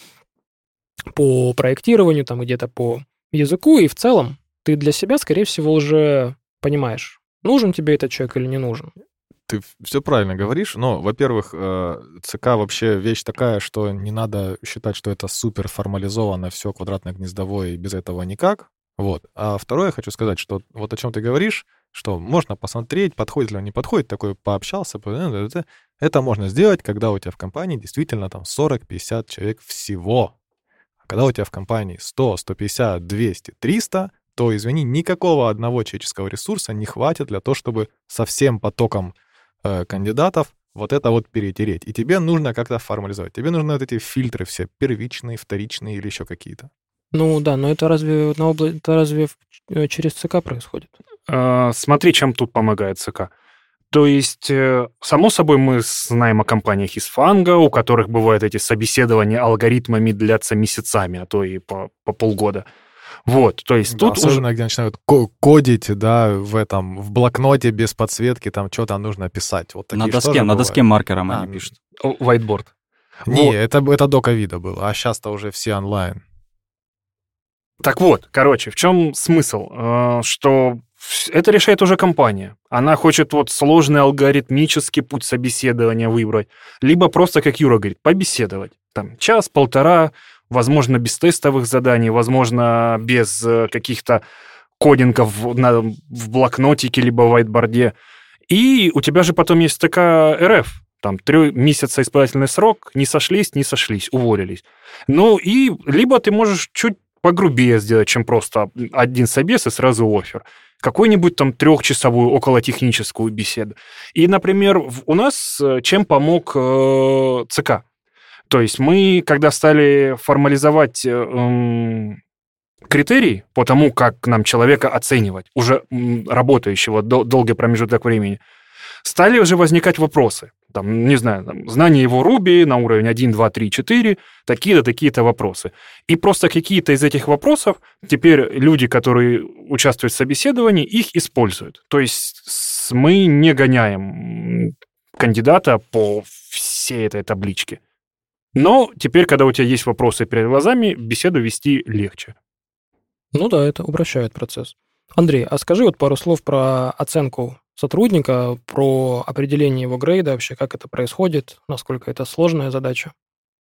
по проектированию, там где-то по языку, и в целом ты для себя, скорее всего, уже понимаешь, нужен тебе этот человек или не нужен. Ты все правильно говоришь, но, во-первых, э, ЦК вообще вещь такая, что не надо считать, что это супер формализовано, все квадратно-гнездовое, и без этого никак. Вот. А второе, я хочу сказать, что вот о чем ты говоришь, что можно посмотреть, подходит ли он, не подходит, такой пообщался, это можно сделать, когда у тебя в компании действительно там сорок-пятьдесят человек всего. А когда у тебя в компании сто, сто пятьдесят, двести, триста, то, извини, никакого одного человеческого ресурса не хватит для того, чтобы со всем потоком э, кандидатов вот это вот перетереть. И тебе нужно как-то формализовать. Тебе нужны вот эти фильтры все, первичные, вторичные или еще какие-то. Ну да, но это разве, на обла... это разве через ЦК происходит? А, смотри, чем тут помогает ЦК. То есть, само собой, мы знаем о компаниях из фанга, у которых бывают эти собеседования алгоритмами длятся месяцами, а то и по, по полгода. Вот, то есть да, тут особенно, уже... где начинают кодить, да, в этом, в блокноте без подсветки, там что-то нужно писать. Вот на доске, на доске маркером а, они пишут. Whiteboard. Не, вот. это, это до ковида было, а сейчас-то уже все онлайн. Так вот, короче, в чем смысл? Что это решает уже компания. Она хочет вот сложный алгоритмический путь собеседования выбрать, либо просто, как Юра говорит, побеседовать. Там час-полтора, возможно, без тестовых заданий, возможно, без каких-то кодингов на, в блокнотике либо в whiteboard. И у тебя же потом есть такая эр эф, там, три месяца испытательный срок, не сошлись, не сошлись, уволились. Ну и либо ты можешь чуть погрубее сделать, чем просто один собес и сразу оффер. Какую-нибудь там трехчасовую околотехническую беседу. И, например, у нас чем помог э, ЦК? То есть мы, когда стали формализовать э, критерии по тому, как нам человека оценивать, уже работающего дол- долгий промежуток времени, стали уже возникать вопросы. Там, не знаю, там, знание его Ruby на уровень один, два, три, четыре, такие-то, такие-то вопросы. И просто какие-то из этих вопросов теперь люди, которые участвуют в собеседовании, их используют. То есть мы не гоняем кандидата по всей этой табличке. Но теперь, когда у тебя есть вопросы перед глазами, беседу вести легче. Ну да, это упрощает процесс. Андрей, а скажи вот пару слов про оценку сотрудника, про определение его грейда вообще, как это происходит, насколько это сложная задача?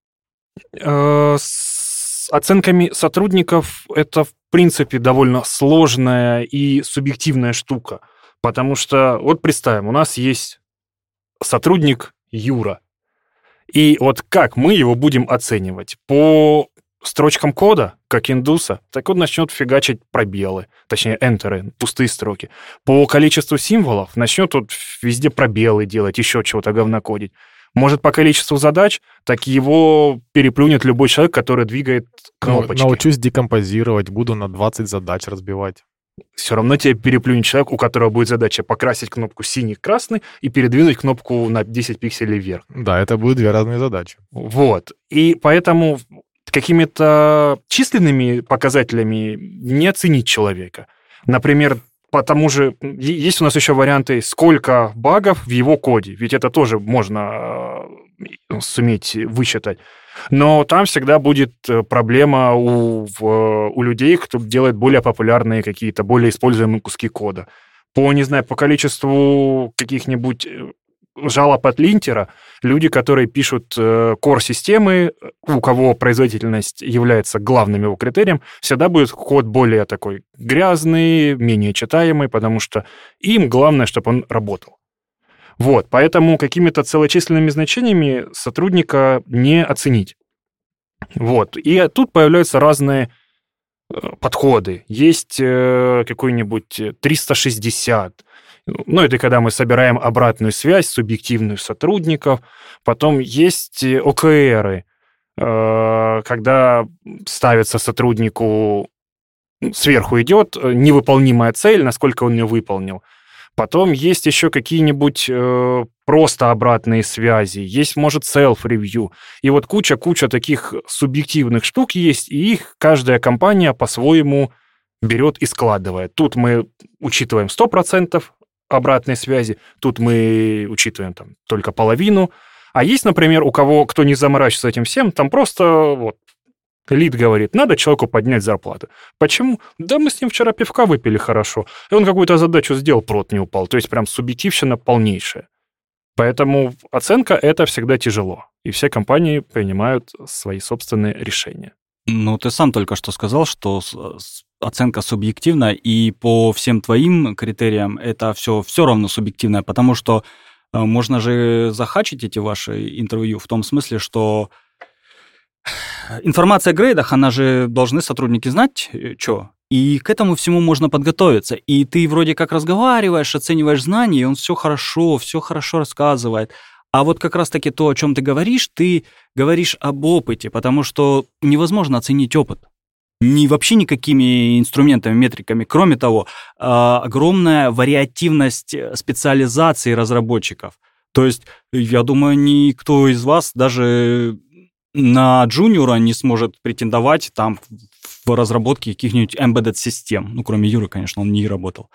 С оценками сотрудников это, в принципе, довольно сложная и субъективная штука, потому что, вот представим, у нас есть сотрудник Юра, и вот как мы его будем оценивать? По строчкам кода, как индуса, так он начнет фигачить пробелы, точнее, энтеры, пустые строки. По количеству символов начнет вот везде пробелы делать, еще чего-то говнокодить. Может, по количеству задач, так его переплюнет любой человек, который двигает кнопочки. Научусь декомпозировать, буду на двадцать задач разбивать. Все равно тебе переплюнет человек, у которого будет задача покрасить кнопку синий-красный и передвинуть кнопку на десять пикселей вверх. Да, это будут две разные задачи. Вот. И поэтому какими-то численными показателями не оценить человека. Например, потому же есть у нас еще варианты, сколько багов в его коде, ведь это тоже можно суметь высчитать. Но там всегда будет проблема у, у людей, кто делает более популярные какие-то, более используемые куски кода. По, не знаю, по количеству каких-нибудь жалоб от линтера, люди, которые пишут core-системы, у кого производительность является главным его критерием, всегда будет код более такой грязный, менее читаемый, потому что им главное, чтобы он работал. Вот, поэтому какими-то целочисленными значениями сотрудника не оценить. Вот, и тут появляются разные подходы. Есть какой-нибудь триста шестьдесят. Ну, это когда мы собираем обратную связь, субъективную сотрудников. Потом есть о ка эры, когда ставится сотруднику, сверху идет невыполнимая цель, насколько он ее выполнил. Потом есть еще какие-нибудь э, просто обратные связи, есть, может, self-review. И вот куча-куча таких субъективных штук есть, и их каждая компания по-своему берет и складывает. Тут мы учитываем сто процентов обратной связи, тут мы учитываем там только половину. А есть, например, у кого, кто не заморачивается этим всем, там просто вот Лид говорит, надо человеку поднять зарплату. Почему? Да мы с ним вчера пивка выпили хорошо, и он какую-то задачу сделал, прот не упал. То есть прям субъективщина полнейшая. Поэтому оценка — это всегда тяжело. И все компании принимают свои собственные решения. Ну, ты сам только что сказал, что оценка субъективна, и по всем твоим критериям это все все равно субъективное, потому что можно же захачить эти ваши интервью в том смысле, что информация о грейдах, она же должны сотрудники знать, что. И к этому всему можно подготовиться. И ты вроде как разговариваешь, оцениваешь знания, и он все хорошо, все хорошо рассказывает. А вот как раз-таки то, о чем ты говоришь, ты говоришь об опыте, потому что невозможно оценить опыт. Ни вообще никакими инструментами, метриками. Кроме того, огромная вариативность специализации разработчиков. То есть, я думаю, никто из вас даже на джуниора не сможет претендовать там в разработке каких-нибудь embedded систем. Ну, кроме Юры, конечно, он не работал.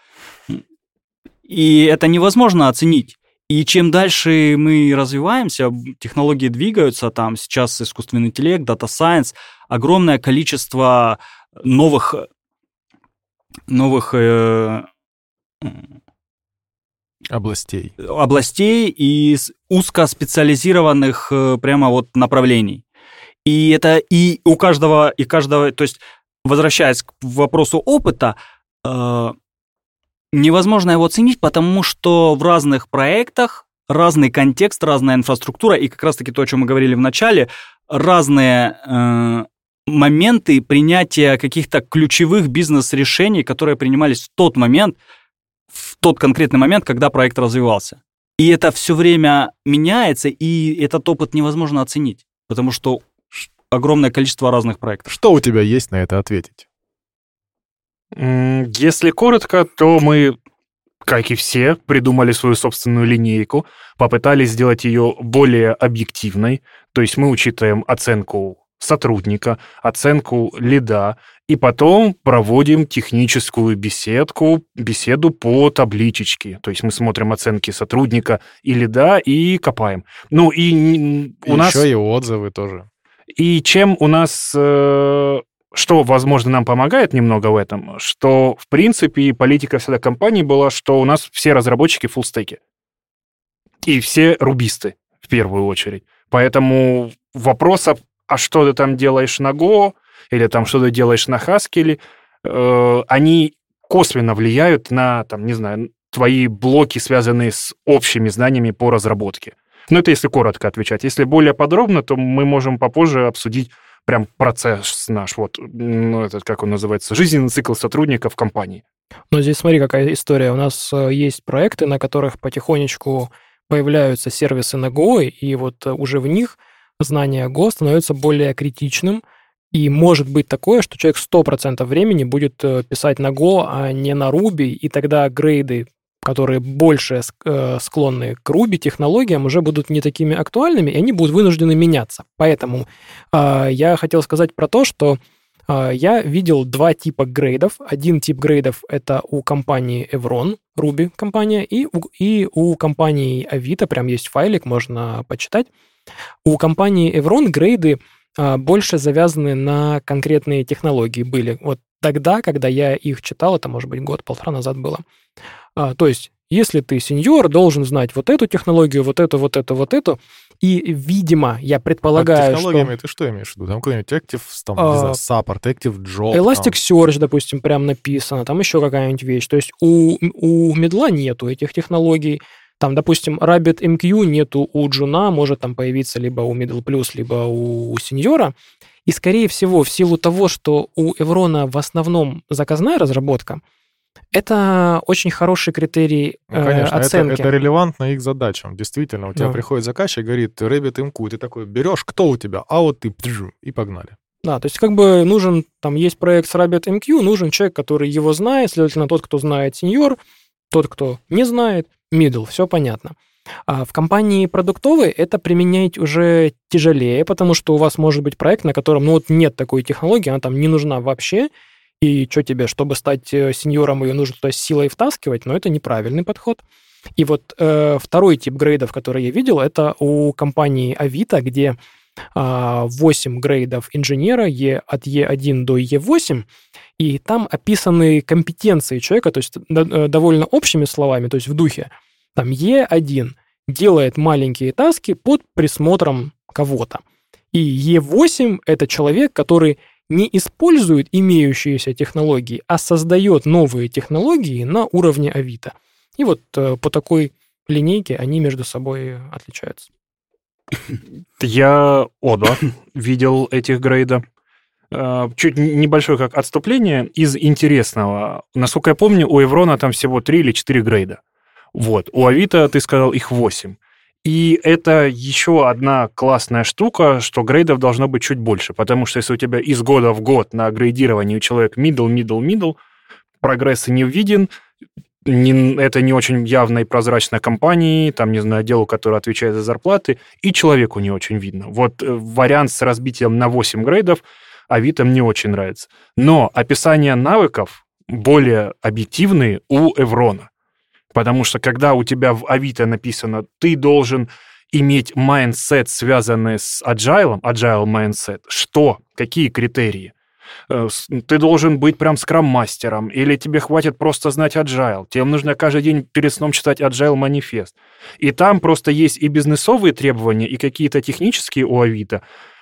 И это невозможно оценить. И чем дальше мы развиваемся, технологии двигаются, там сейчас искусственный интеллект, data science, огромное количество новых, новых э, областей. областей и узкоспециализированных э, прямо вот направлений. И это и у каждого, и каждого, то есть, возвращаясь к вопросу опыта, э, невозможно его оценить, потому что в разных проектах разный контекст, разная инфраструктура, и как раз-таки то, о чем мы говорили в начале, разные э, моменты принятия каких-то ключевых бизнес-решений, которые принимались в тот момент, в тот конкретный момент, когда проект развивался. И это все время меняется, и этот опыт невозможно оценить, потому что огромное количество разных проектов. Что у тебя есть на это ответить? Если коротко, то мы, как и все, придумали свою собственную линейку, попытались сделать ее более объективной, то есть мы учитываем оценку сотрудника, оценку лида, и потом проводим техническую беседку, беседу по табличечке, то есть мы смотрим оценки сотрудника и лида и копаем. Ну и у и нас... Еще и отзывы тоже. И чем у нас... Э... Что, возможно, нам помогает немного в этом, что, в принципе, политика всегда компании была, что у нас все разработчики фуллстеки. И все рубисты, в первую очередь. Поэтому вопросов, а что ты там делаешь на Go, или там что ты делаешь на Haskell, э, они косвенно влияют на, там, не знаю, твои блоки, связанные с общими знаниями по разработке. Ну, это если коротко отвечать. Если более подробно, то мы можем попозже обсудить прям процесс наш, вот, ну, этот, как он называется, жизненный цикл сотрудника в компании. Но здесь смотри, какая история. У нас есть проекты, на которых потихонечку появляются сервисы на Go, и вот уже в них знание Go становится более критичным, и может быть такое, что человек сто процентов времени будет писать на Go, а не на Ruby, и тогда грейды, которые больше склонны к Ruby технологиям, уже будут не такими актуальными, и они будут вынуждены меняться. Поэтому э, я хотел сказать про то, что э, я видел два типа грейдов. Один тип грейдов — это у компании Evron, Ruby компания, и у, и у компании Avito, прям есть файлик, можно почитать. У компании Evron грейды э, больше завязаны на конкретные технологии были. Вот тогда, когда я их читал, это, может быть, год-полтора назад было. А, то есть, если ты сеньор, должен знать вот эту технологию, вот эту, вот эту, вот эту. И, видимо, я предполагаю, Под технологиями что... ты что имеешь в виду? Там какой-нибудь Active, там, а, не знаю, Support, Active Job. Elasticsearch, допустим, прям написано, там еще какая-нибудь вещь. То есть у, у Медла нету этих технологий. Там, допустим, RabbitMQ нету у Джуна, может там появиться либо у Middle Plus, либо у сеньора. И, скорее всего, в силу того, что у Эврона в основном заказная разработка, это очень хороший критерий ну, конечно, э, оценки. Это, это релевантно их задачам. Действительно, у тебя Да. приходит заказчик и говорит, RabbitMQ, ты такой берешь, кто у тебя, а вот ты, и погнали. Да, то есть как бы нужен, там есть проект с RabbitMQ, нужен человек, который его знает, следовательно, тот, кто знает сеньор, тот, кто не знает, middle, все понятно. А в компании продуктовой это применять уже тяжелее, потому что у вас может быть проект, на котором ну вот нет такой технологии, она там не нужна вообще, и что тебе, чтобы стать сеньором, ее нужно туда силой втаскивать, но это неправильный подход. И вот э, второй тип грейдов, который я видел, это у компании Avito, где восемь грейдов инженера Е, от Е один до Е восемь, и там описаны компетенции человека, то есть довольно общими словами, то есть в духе. Там Е один делает маленькие таски под присмотром кого-то. И Е восемь — это человек, который не использует имеющиеся технологии, а создает новые технологии на уровне Авито. И вот по такой линейке они между собой отличаются. Я оба видел этих грейда. Чуть небольшое как отступление из интересного. Насколько я помню, у Эврона там всего три или четыре грейда. Вот. У Авито, ты сказал, их восемь. И это еще одна классная штука, что грейдов должно быть чуть больше, потому что если у тебя из года в год на грейдировании у человека middle, middle, middle, прогресса не виден, не, это не очень явно и прозрачно компании, там, не знаю, отделу, который отвечает за зарплаты, и человеку не очень видно. Вот вариант с разбитием на восемь грейдов Авито мне очень нравится. Но описание навыков более объективные у Эврона. Потому что когда у тебя в Авито написано, ты должен иметь майндсет, связанный с agile, agile mindset, что, какие критерии? Ты должен быть прям скрам-мастером, или тебе хватит просто знать agile, тебе нужно каждый день перед сном читать agile манифест. И там просто есть и бизнесовые требования, и какие-то технические у Авито,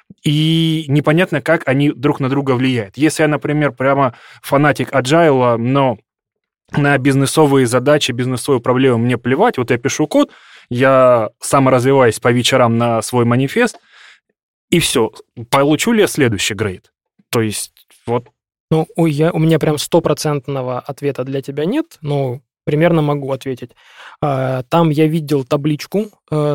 и непонятно, как они друг на друга влияют. Если я, например, прямо фанатик agile, но на бизнесовые задачи, бизнесовые проблемы мне плевать, вот я пишу код, я саморазвиваюсь по вечерам на свой манифест, и все. Получу ли я следующий грейд? То есть вот... Ну, я, у меня прям стопроцентного ответа для тебя нет, но примерно могу ответить. Там я видел табличку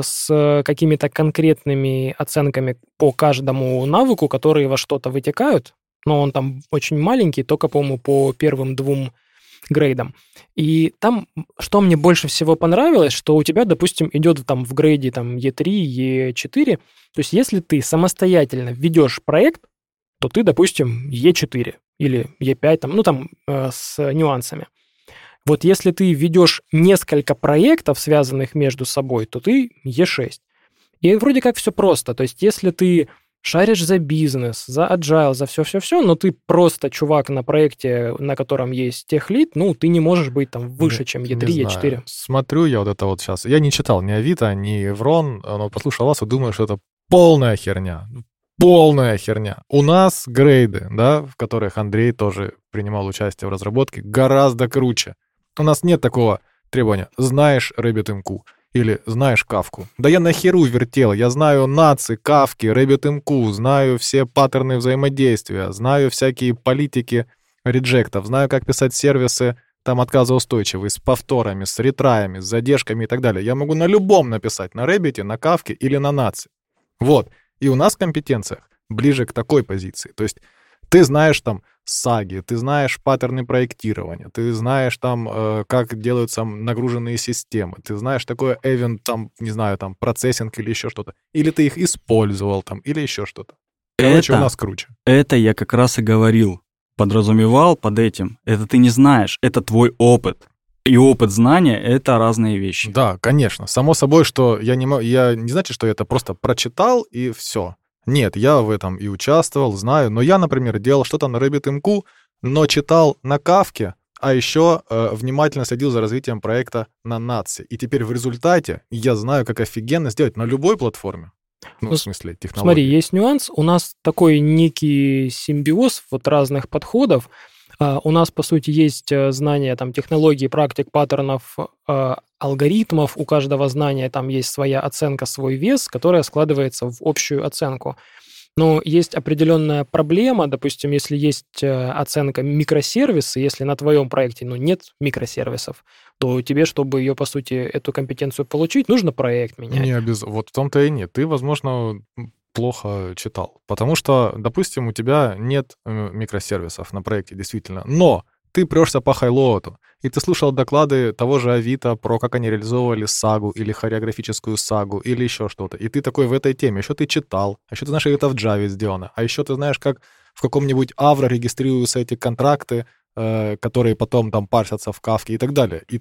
с какими-то конкретными оценками по каждому навыку, которые во что-то вытекают, но он там очень маленький, только, по-моему, по первым двум грейдом. И там, что мне больше всего понравилось, что у тебя, допустим, идет там в грейде там Е три, Е четыре. То есть если ты самостоятельно ведешь проект, то ты, допустим, Е четыре или Е пять, там, ну там э, с нюансами. Вот если ты ведешь несколько проектов, связанных между собой, то ты Е шесть. И вроде как все просто. То есть если ты шаришь за бизнес, за agile, за все-все-все, но ты просто чувак на проекте, на котором есть техлид, ну, ты не можешь быть там выше, чем Е три, Е четыре. Смотрю я вот это вот сейчас. Я не читал ни Авито, ни Эврон, но послушал вас и думаю, что это полная херня. Полная херня. У нас грейды, да, в которых Андрей тоже принимал участие в разработке, гораздо круче. У нас нет такого требования. Знаешь RabbitMQ или знаешь Кавку. Да я нахеру вертел. Я знаю наци, Кавки, RabbitMQ, знаю все паттерны взаимодействия, знаю всякие политики реджектов, знаю, как писать сервисы там отказоустойчивые, с повторами, с ретраями, с задержками и так далее. Я могу на любом написать, на Rabbit, на Кавке или на наци. Вот. И у нас в компетенциях ближе к такой позиции. То есть ты знаешь там саги, ты знаешь паттерны проектирования, ты знаешь там, э, как делаются нагруженные системы, ты знаешь такое event, там, не знаю, там, процессинг или еще что-то. Или ты их использовал там, или еще что-то. Короче, это, у нас круче. Это я как раз и говорил, подразумевал под этим. Это ты не знаешь, это твой опыт. И опыт знания — это разные вещи. Да, конечно. Само собой, что я не, я не значит, что я это просто прочитал и все. Нет, я в этом и участвовал, знаю. Но я, например, делал что-то на RabbitMQ, но читал на Кавке, а еще э, внимательно следил за развитием проекта на Натсе. И теперь в результате я знаю, как офигенно сделать на любой платформе. Ну, ну, в смысле, технологии. Смотри, есть нюанс. У нас такой некий симбиоз вот разных подходов. Uh, у нас, по сути, есть знания там, технологий, практик, паттернов, uh, алгоритмов. У каждого знания там есть своя оценка, свой вес, которая складывается в общую оценку. Но есть определенная проблема, допустим, если есть оценка микросервисы, если на твоем проекте ну, нет микросервисов, то тебе, чтобы ее, по сути, эту компетенцию получить, нужно проект менять. Не обез... Вот в том-то и нет. Ты, возможно, плохо читал. Потому что, допустим, у тебя нет микросервисов на проекте, действительно, но ты прешься по хайлоуту, и ты слушал доклады того же Авито про как они реализовывали сагу или хореографическую сагу или еще что-то, и ты такой в этой теме, еще ты читал, а еще ты знаешь, как это в Java сделано, а еще ты знаешь, как в каком-нибудь Avro регистрируются эти контракты, э, которые потом там парсятся в Кавке и так далее. И ты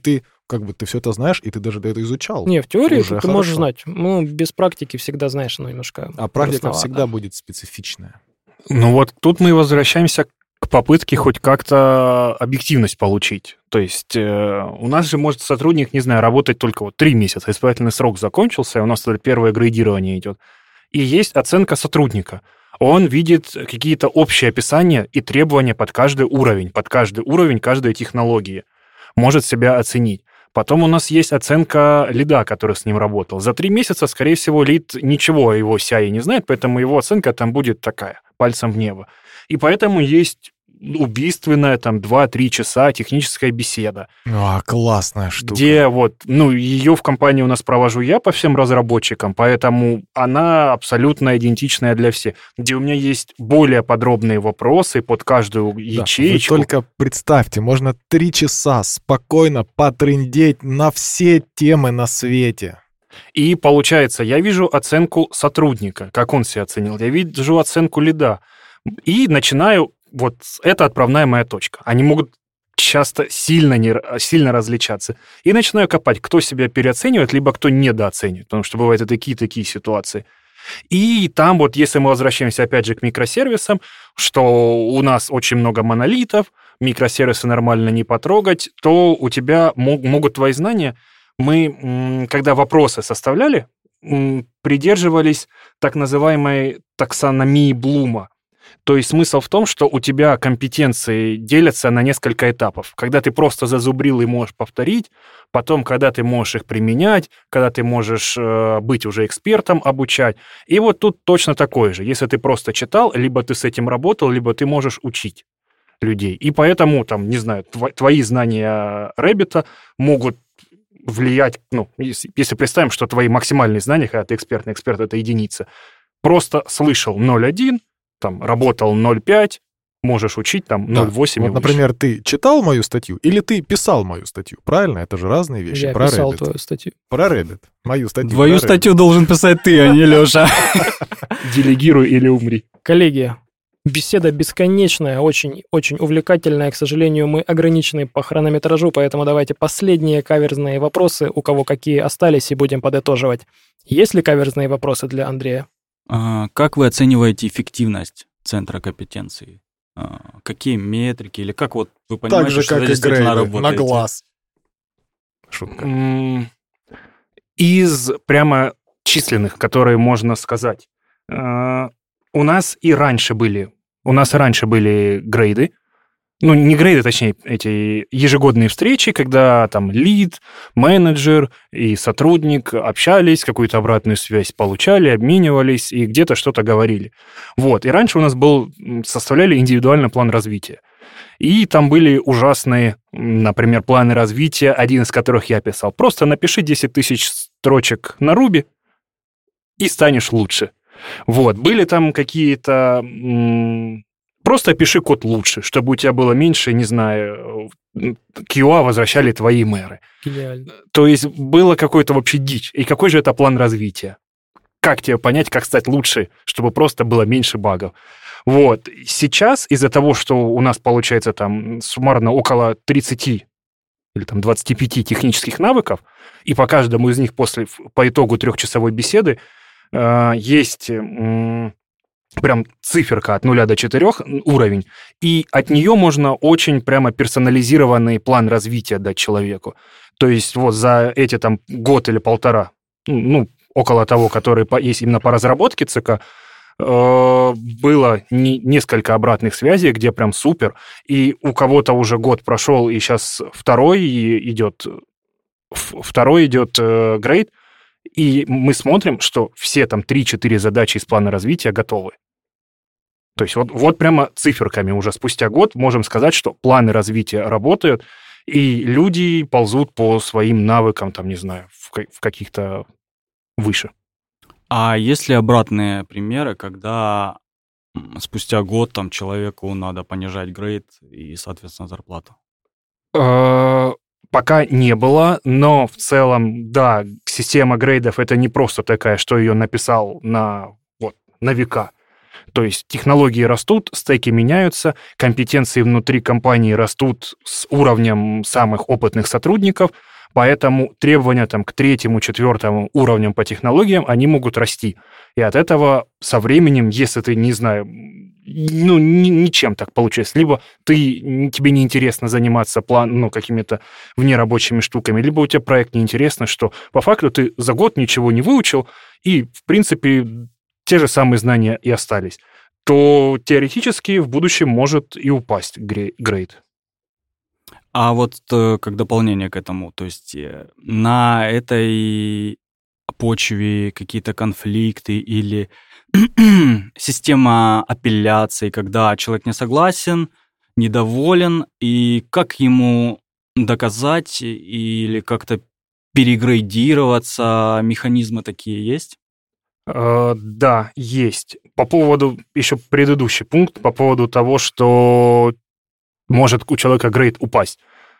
как бы ты все это знаешь, и ты даже это изучал. Не, в теории Уже ты хорошо. можешь знать. Ну, без практики всегда знаешь, ну, немножко А практика грустновато. всегда будет специфичная. Ну вот тут мы возвращаемся к попытке хоть как-то объективность получить. То есть э, у нас же может сотрудник, не знаю, работать только вот три месяца, испытательный срок закончился, и у нас тогда первое грейдирование идет. И есть оценка сотрудника. Он видит какие-то общие описания и требования под каждый уровень, под каждый уровень каждой технологии. Может себя оценить. Потом у нас есть оценка лида, который с ним работал. За три месяца, скорее всего, лид ничего о его си ай не знает, поэтому его оценка там будет такая, пальцем в небо. И поэтому есть убийственная там два-три часа техническая беседа. А, классная штука. Где вот, ну, ее в компании у нас провожу я по всем разработчикам, поэтому она абсолютно идентичная для всех. Где у меня есть более подробные вопросы под каждую Да, ячеечку. вы только представьте, можно три часа спокойно потрындеть на все темы на свете. И получается, я вижу оценку сотрудника, как он себя оценил, я вижу оценку лида, и начинаю, вот это отправная моя точка. Они могут часто сильно, не, сильно различаться. И начинаю копать, кто себя переоценивает, либо кто недооценивает, потому что бывают и такие-такие ситуации. И там вот, если мы возвращаемся опять же к микросервисам, что у нас очень много монолитов, микросервисы нормально не потрогать, то у тебя мог, могут твои знания... Мы, когда вопросы составляли, придерживались так называемой таксономии Блума. То есть смысл в том, что у тебя компетенции делятся на несколько этапов. Когда ты просто зазубрил и можешь повторить, потом, когда ты можешь их применять, когда ты можешь быть уже экспертом, обучать. И вот тут точно такое же. Если ты просто читал, либо ты с этим работал, либо ты можешь учить людей. И поэтому, там, не знаю, твои знания Рэббита могут влиять, ну, если, если представим, что твои максимальные знания, когда ты экспертный эксперт, это единица, просто слышал ноль один, там, работал ноль пять, можешь учить там ноль восемь да. и Вот, выше. например, ты читал мою статью или ты писал мою статью, правильно? Это же разные вещи. Я про писал Reddit. твою статью. Про Reddit. Мою статью. Твою про статью должен писать ты, а не Леша. Делегируй или умри. Коллеги, беседа бесконечная, очень-очень увлекательная. К сожалению, мы ограничены по хронометражу, поэтому давайте последние каверзные вопросы, у кого какие остались, и будем подытоживать. Есть ли каверзные вопросы для Андрея? А, как вы оцениваете эффективность центра компетенции? А, какие метрики? Или как вот вы Reddit. понимаете, Так же, что как вы и действительно грейды, на работаете? глаз. Шутка. М, Из прямо численных, которые можно сказать, э, у нас и раньше были, у нас и раньше были грейды, ну, не грейды, точнее, эти ежегодные встречи, когда там лид, менеджер и сотрудник общались, какую-то обратную связь получали, обменивались и где-то что-то говорили. Вот, и раньше у нас был, составляли индивидуальный план развития. И там были ужасные, например, планы развития, один из которых я писал. Просто напиши десять тысяч строчек на Ruby и станешь лучше. Вот, были там какие-то... М- просто пиши код лучше, чтобы у тебя было меньше, не знаю, кью эй возвращали твои мэры. Гениально. То есть было какой-то вообще дичь. И какой же это план развития? Как тебе понять, как стать лучше, чтобы просто было меньше багов? Вот. Сейчас из-за того, что у нас получается там суммарно около тридцати или там двадцати пяти технических навыков, и по каждому из них после, по итогу трехчасовой беседы э, есть э, прям циферка от нуля до четырех уровень, и от нее можно очень прямо персонализированный план развития дать человеку. То есть вот за эти там год или полтора, ну, около того, который по, есть именно по разработке ЦК, было не, несколько обратных связей, где прям супер, и у кого-то уже год прошел, и сейчас второй идет, второй идет э, грейд, и мы смотрим, что все там три-четыре задачи из плана развития готовы. То есть вот, вот прямо циферками уже спустя год можем сказать, что планы развития работают, и люди ползут по своим навыкам, там, не знаю, в, в каких-то выше. А есть ли обратные примеры, когда спустя год там человеку надо понижать грейд и, соответственно, зарплату? Пока не было, но в целом, да, система грейдов это не просто такая, что ее написал на, вот, на века. То есть технологии растут, стеки меняются, компетенции внутри компании растут с уровнем самых опытных сотрудников, Поэтому требования там, к третьему, четвертому уровням по технологиям, они могут расти. И от этого со временем, если ты, не знаю, ну, ни, ничем так получается, либо ты, тебе неинтересно заниматься план, ну, какими-то внерабочими штуками, либо у тебя проект неинтересно, что по факту ты за год ничего не выучил, и, в принципе, те же самые знания и остались, то теоретически в будущем может и упасть грейд. А вот э, как дополнение к этому, то есть э, на этой почве какие-то конфликты или система апелляций, когда человек не согласен, недоволен, и как ему доказать или как-то перегрейдироваться, механизмы такие есть? Uh, да, есть. По поводу, еще предыдущий пункт, по поводу того, что может у человека грейд упасть.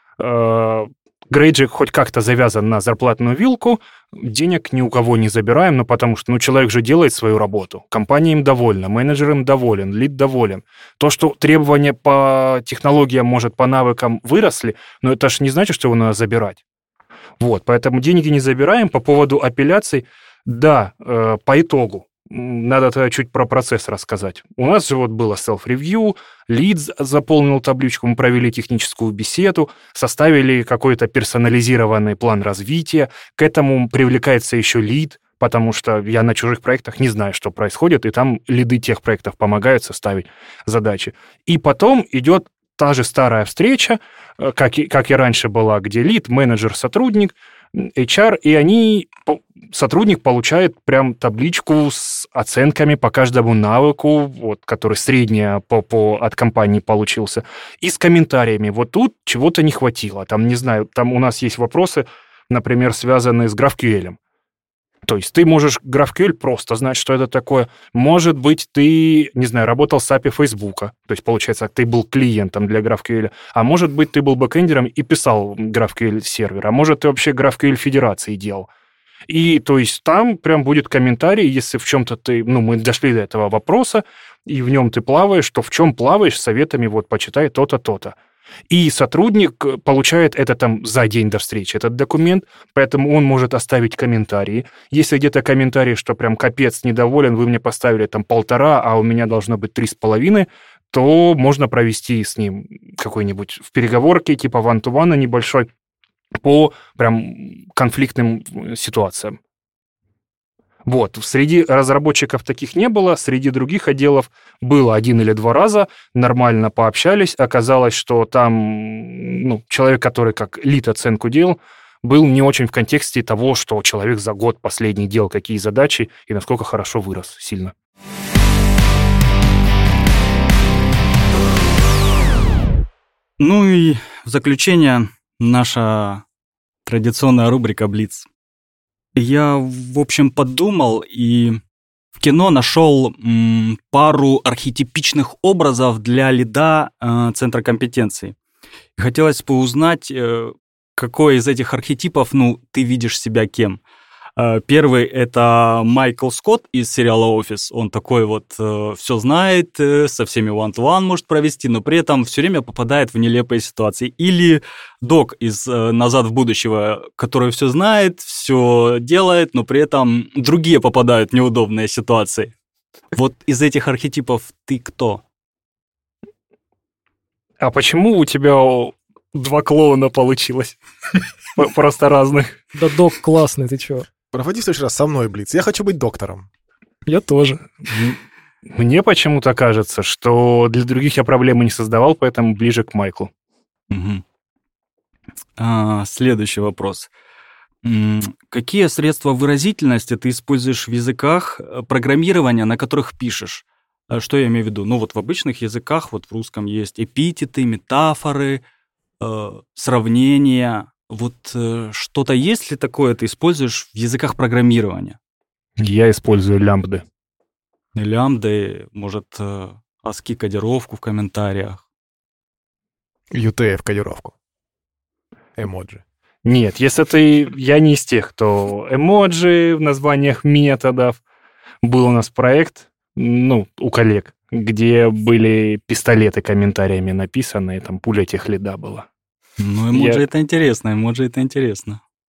Uh, грейд же хоть как-то завязан на зарплатную вилку, денег ни у кого не забираем, но потому что ну, человек же делает свою работу, компания им довольна, менеджер им доволен, лид доволен. То, что требования по технологиям, может, по навыкам выросли, но это же не значит, что его надо забирать. Вот, поэтому деньги не забираем. По поводу апелляций, да, э, по итогу, надо тогда чуть про процесс рассказать. У нас же вот было self-review, лид заполнил табличку, мы провели техническую беседу, составили какой-то персонализированный план развития. К этому привлекается еще лид, потому что я на чужих проектах не знаю, что происходит, и там лиды тех проектов помогают составить задачи. И потом идет та же старая встреча, как и, как и раньше была, где лид, менеджер, сотрудник, эйч ар, и они, сотрудник получает прям табличку с оценками по каждому навыку, вот, который средняя по, по, от компании получился, и с комментариями. Вот тут чего-то не хватило. Там, не знаю, там у нас есть вопросы, например, связанные с GraphQL. То есть ты можешь GraphQL просто знать, что это такое. Может быть, ты, не знаю, работал с эй пи ай Фейсбука, то есть, получается, ты был клиентом для GraphQL, а может быть, ты был бэкэндером и писал GraphQL-сервер, а может, ты вообще GraphQL федерации делал. И, то есть, там прям будет комментарий, если в чем-то ты... Ну, мы дошли до этого вопроса, и в нем ты плаваешь, то в чем плаваешь, советами вот почитай то-то, то-то. И сотрудник получает это там за день до встречи, этот документ, поэтому он может оставить комментарии. Если где-то комментарий, что прям капец недоволен, вы мне поставили там полтора, а у меня должно быть три с половиной, то можно провести с ним какой-нибудь в переговорке, типа one-to-one небольшой, по прям конфликтным ситуациям. Вот, среди разработчиков таких не было, среди других отделов было один или два раза, нормально пообщались, оказалось, что там ну, человек, который как лид оценку делал, был не очень в контексте того, что человек за год последний делал какие задачи и насколько хорошо вырос сильно. Ну и в заключение наша традиционная рубрика «Блиц». Я, в общем, подумал и в кино нашел м, пару архетипичных образов для лида э, центра компетенций. Хотелось бы узнать, э, какой из этих архетипов, ну, ты видишь себя кем. Э, первый — это Майкл Скотт из сериала «Офис». Он такой вот э, все знает, э, со всеми one-to-one может провести, но при этом все время попадает в нелепые ситуации. Или Док из э, «Назад в будущего», который все знает, все делает, но при этом другие попадают в неудобные ситуации. Вот из этих архетипов ты кто? А почему у тебя два клоуна получилось? Просто разных. Да Док классный, ты чё? Проводи в следующий раз со мной, Блиц. Я хочу быть доктором. Я тоже. Мне почему-то кажется, что для других я проблемы не создавал, поэтому ближе к Майклу. Угу. А, следующий вопрос. Какие средства выразительности ты используешь в языках программирования, на которых пишешь? Что я имею в виду? Ну вот в обычных языках, вот в русском есть эпитеты, метафоры, э, сравнения. Вот э, что-то есть ли такое ты используешь в языках программирования? Я использую лямбды. Лямбды, может, э, аски-кодировку в комментариях. ю ти эф-кодировку. Эмоджи. Нет, если ты... Я не из тех, кто эмоджи в названиях методов. Был у нас проект, ну, у коллег, где были пистолеты комментариями написаны, и там пуля тех лида была. Ну, эмоджи Я... это интересно, эмоджи это интересно.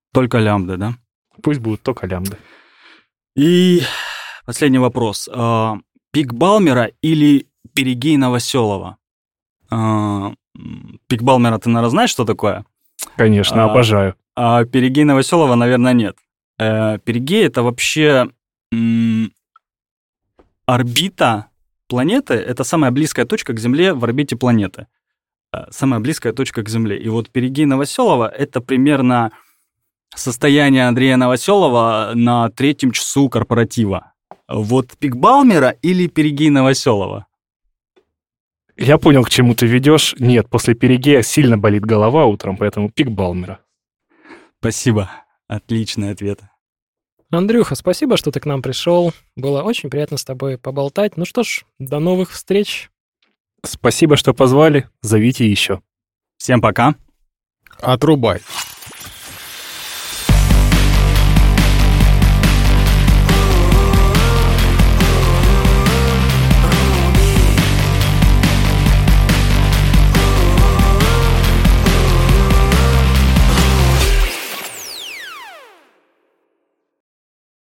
Только лямбды, да? Пусть будут только лямбды. И последний вопрос. А, пик Балмера или перигей Новоселова? А, пик Балмера ты, наверное, знаешь, что такое? Конечно, А, обожаю. А перигей Новоселова, наверное, нет. Э, перигей — это вообще м, орбита планеты. Это самая близкая точка к Земле в орбите планеты. Э, самая близкая точка к Земле. И вот перигей Новоселова — это примерно состояние Андрея Новоселова на третьем часу корпоратива. Вот пик Балмера или перигей Новоселова? Я понял, к чему ты ведешь. Нет, после перигея сильно болит голова утром, поэтому пик Балмера. Спасибо. Отличный ответ. Андрюха, спасибо, что ты к нам пришел. Было очень приятно с тобой поболтать. Ну что ж, до новых встреч. Спасибо, что позвали. Зовите еще. Всем пока. Отрубай.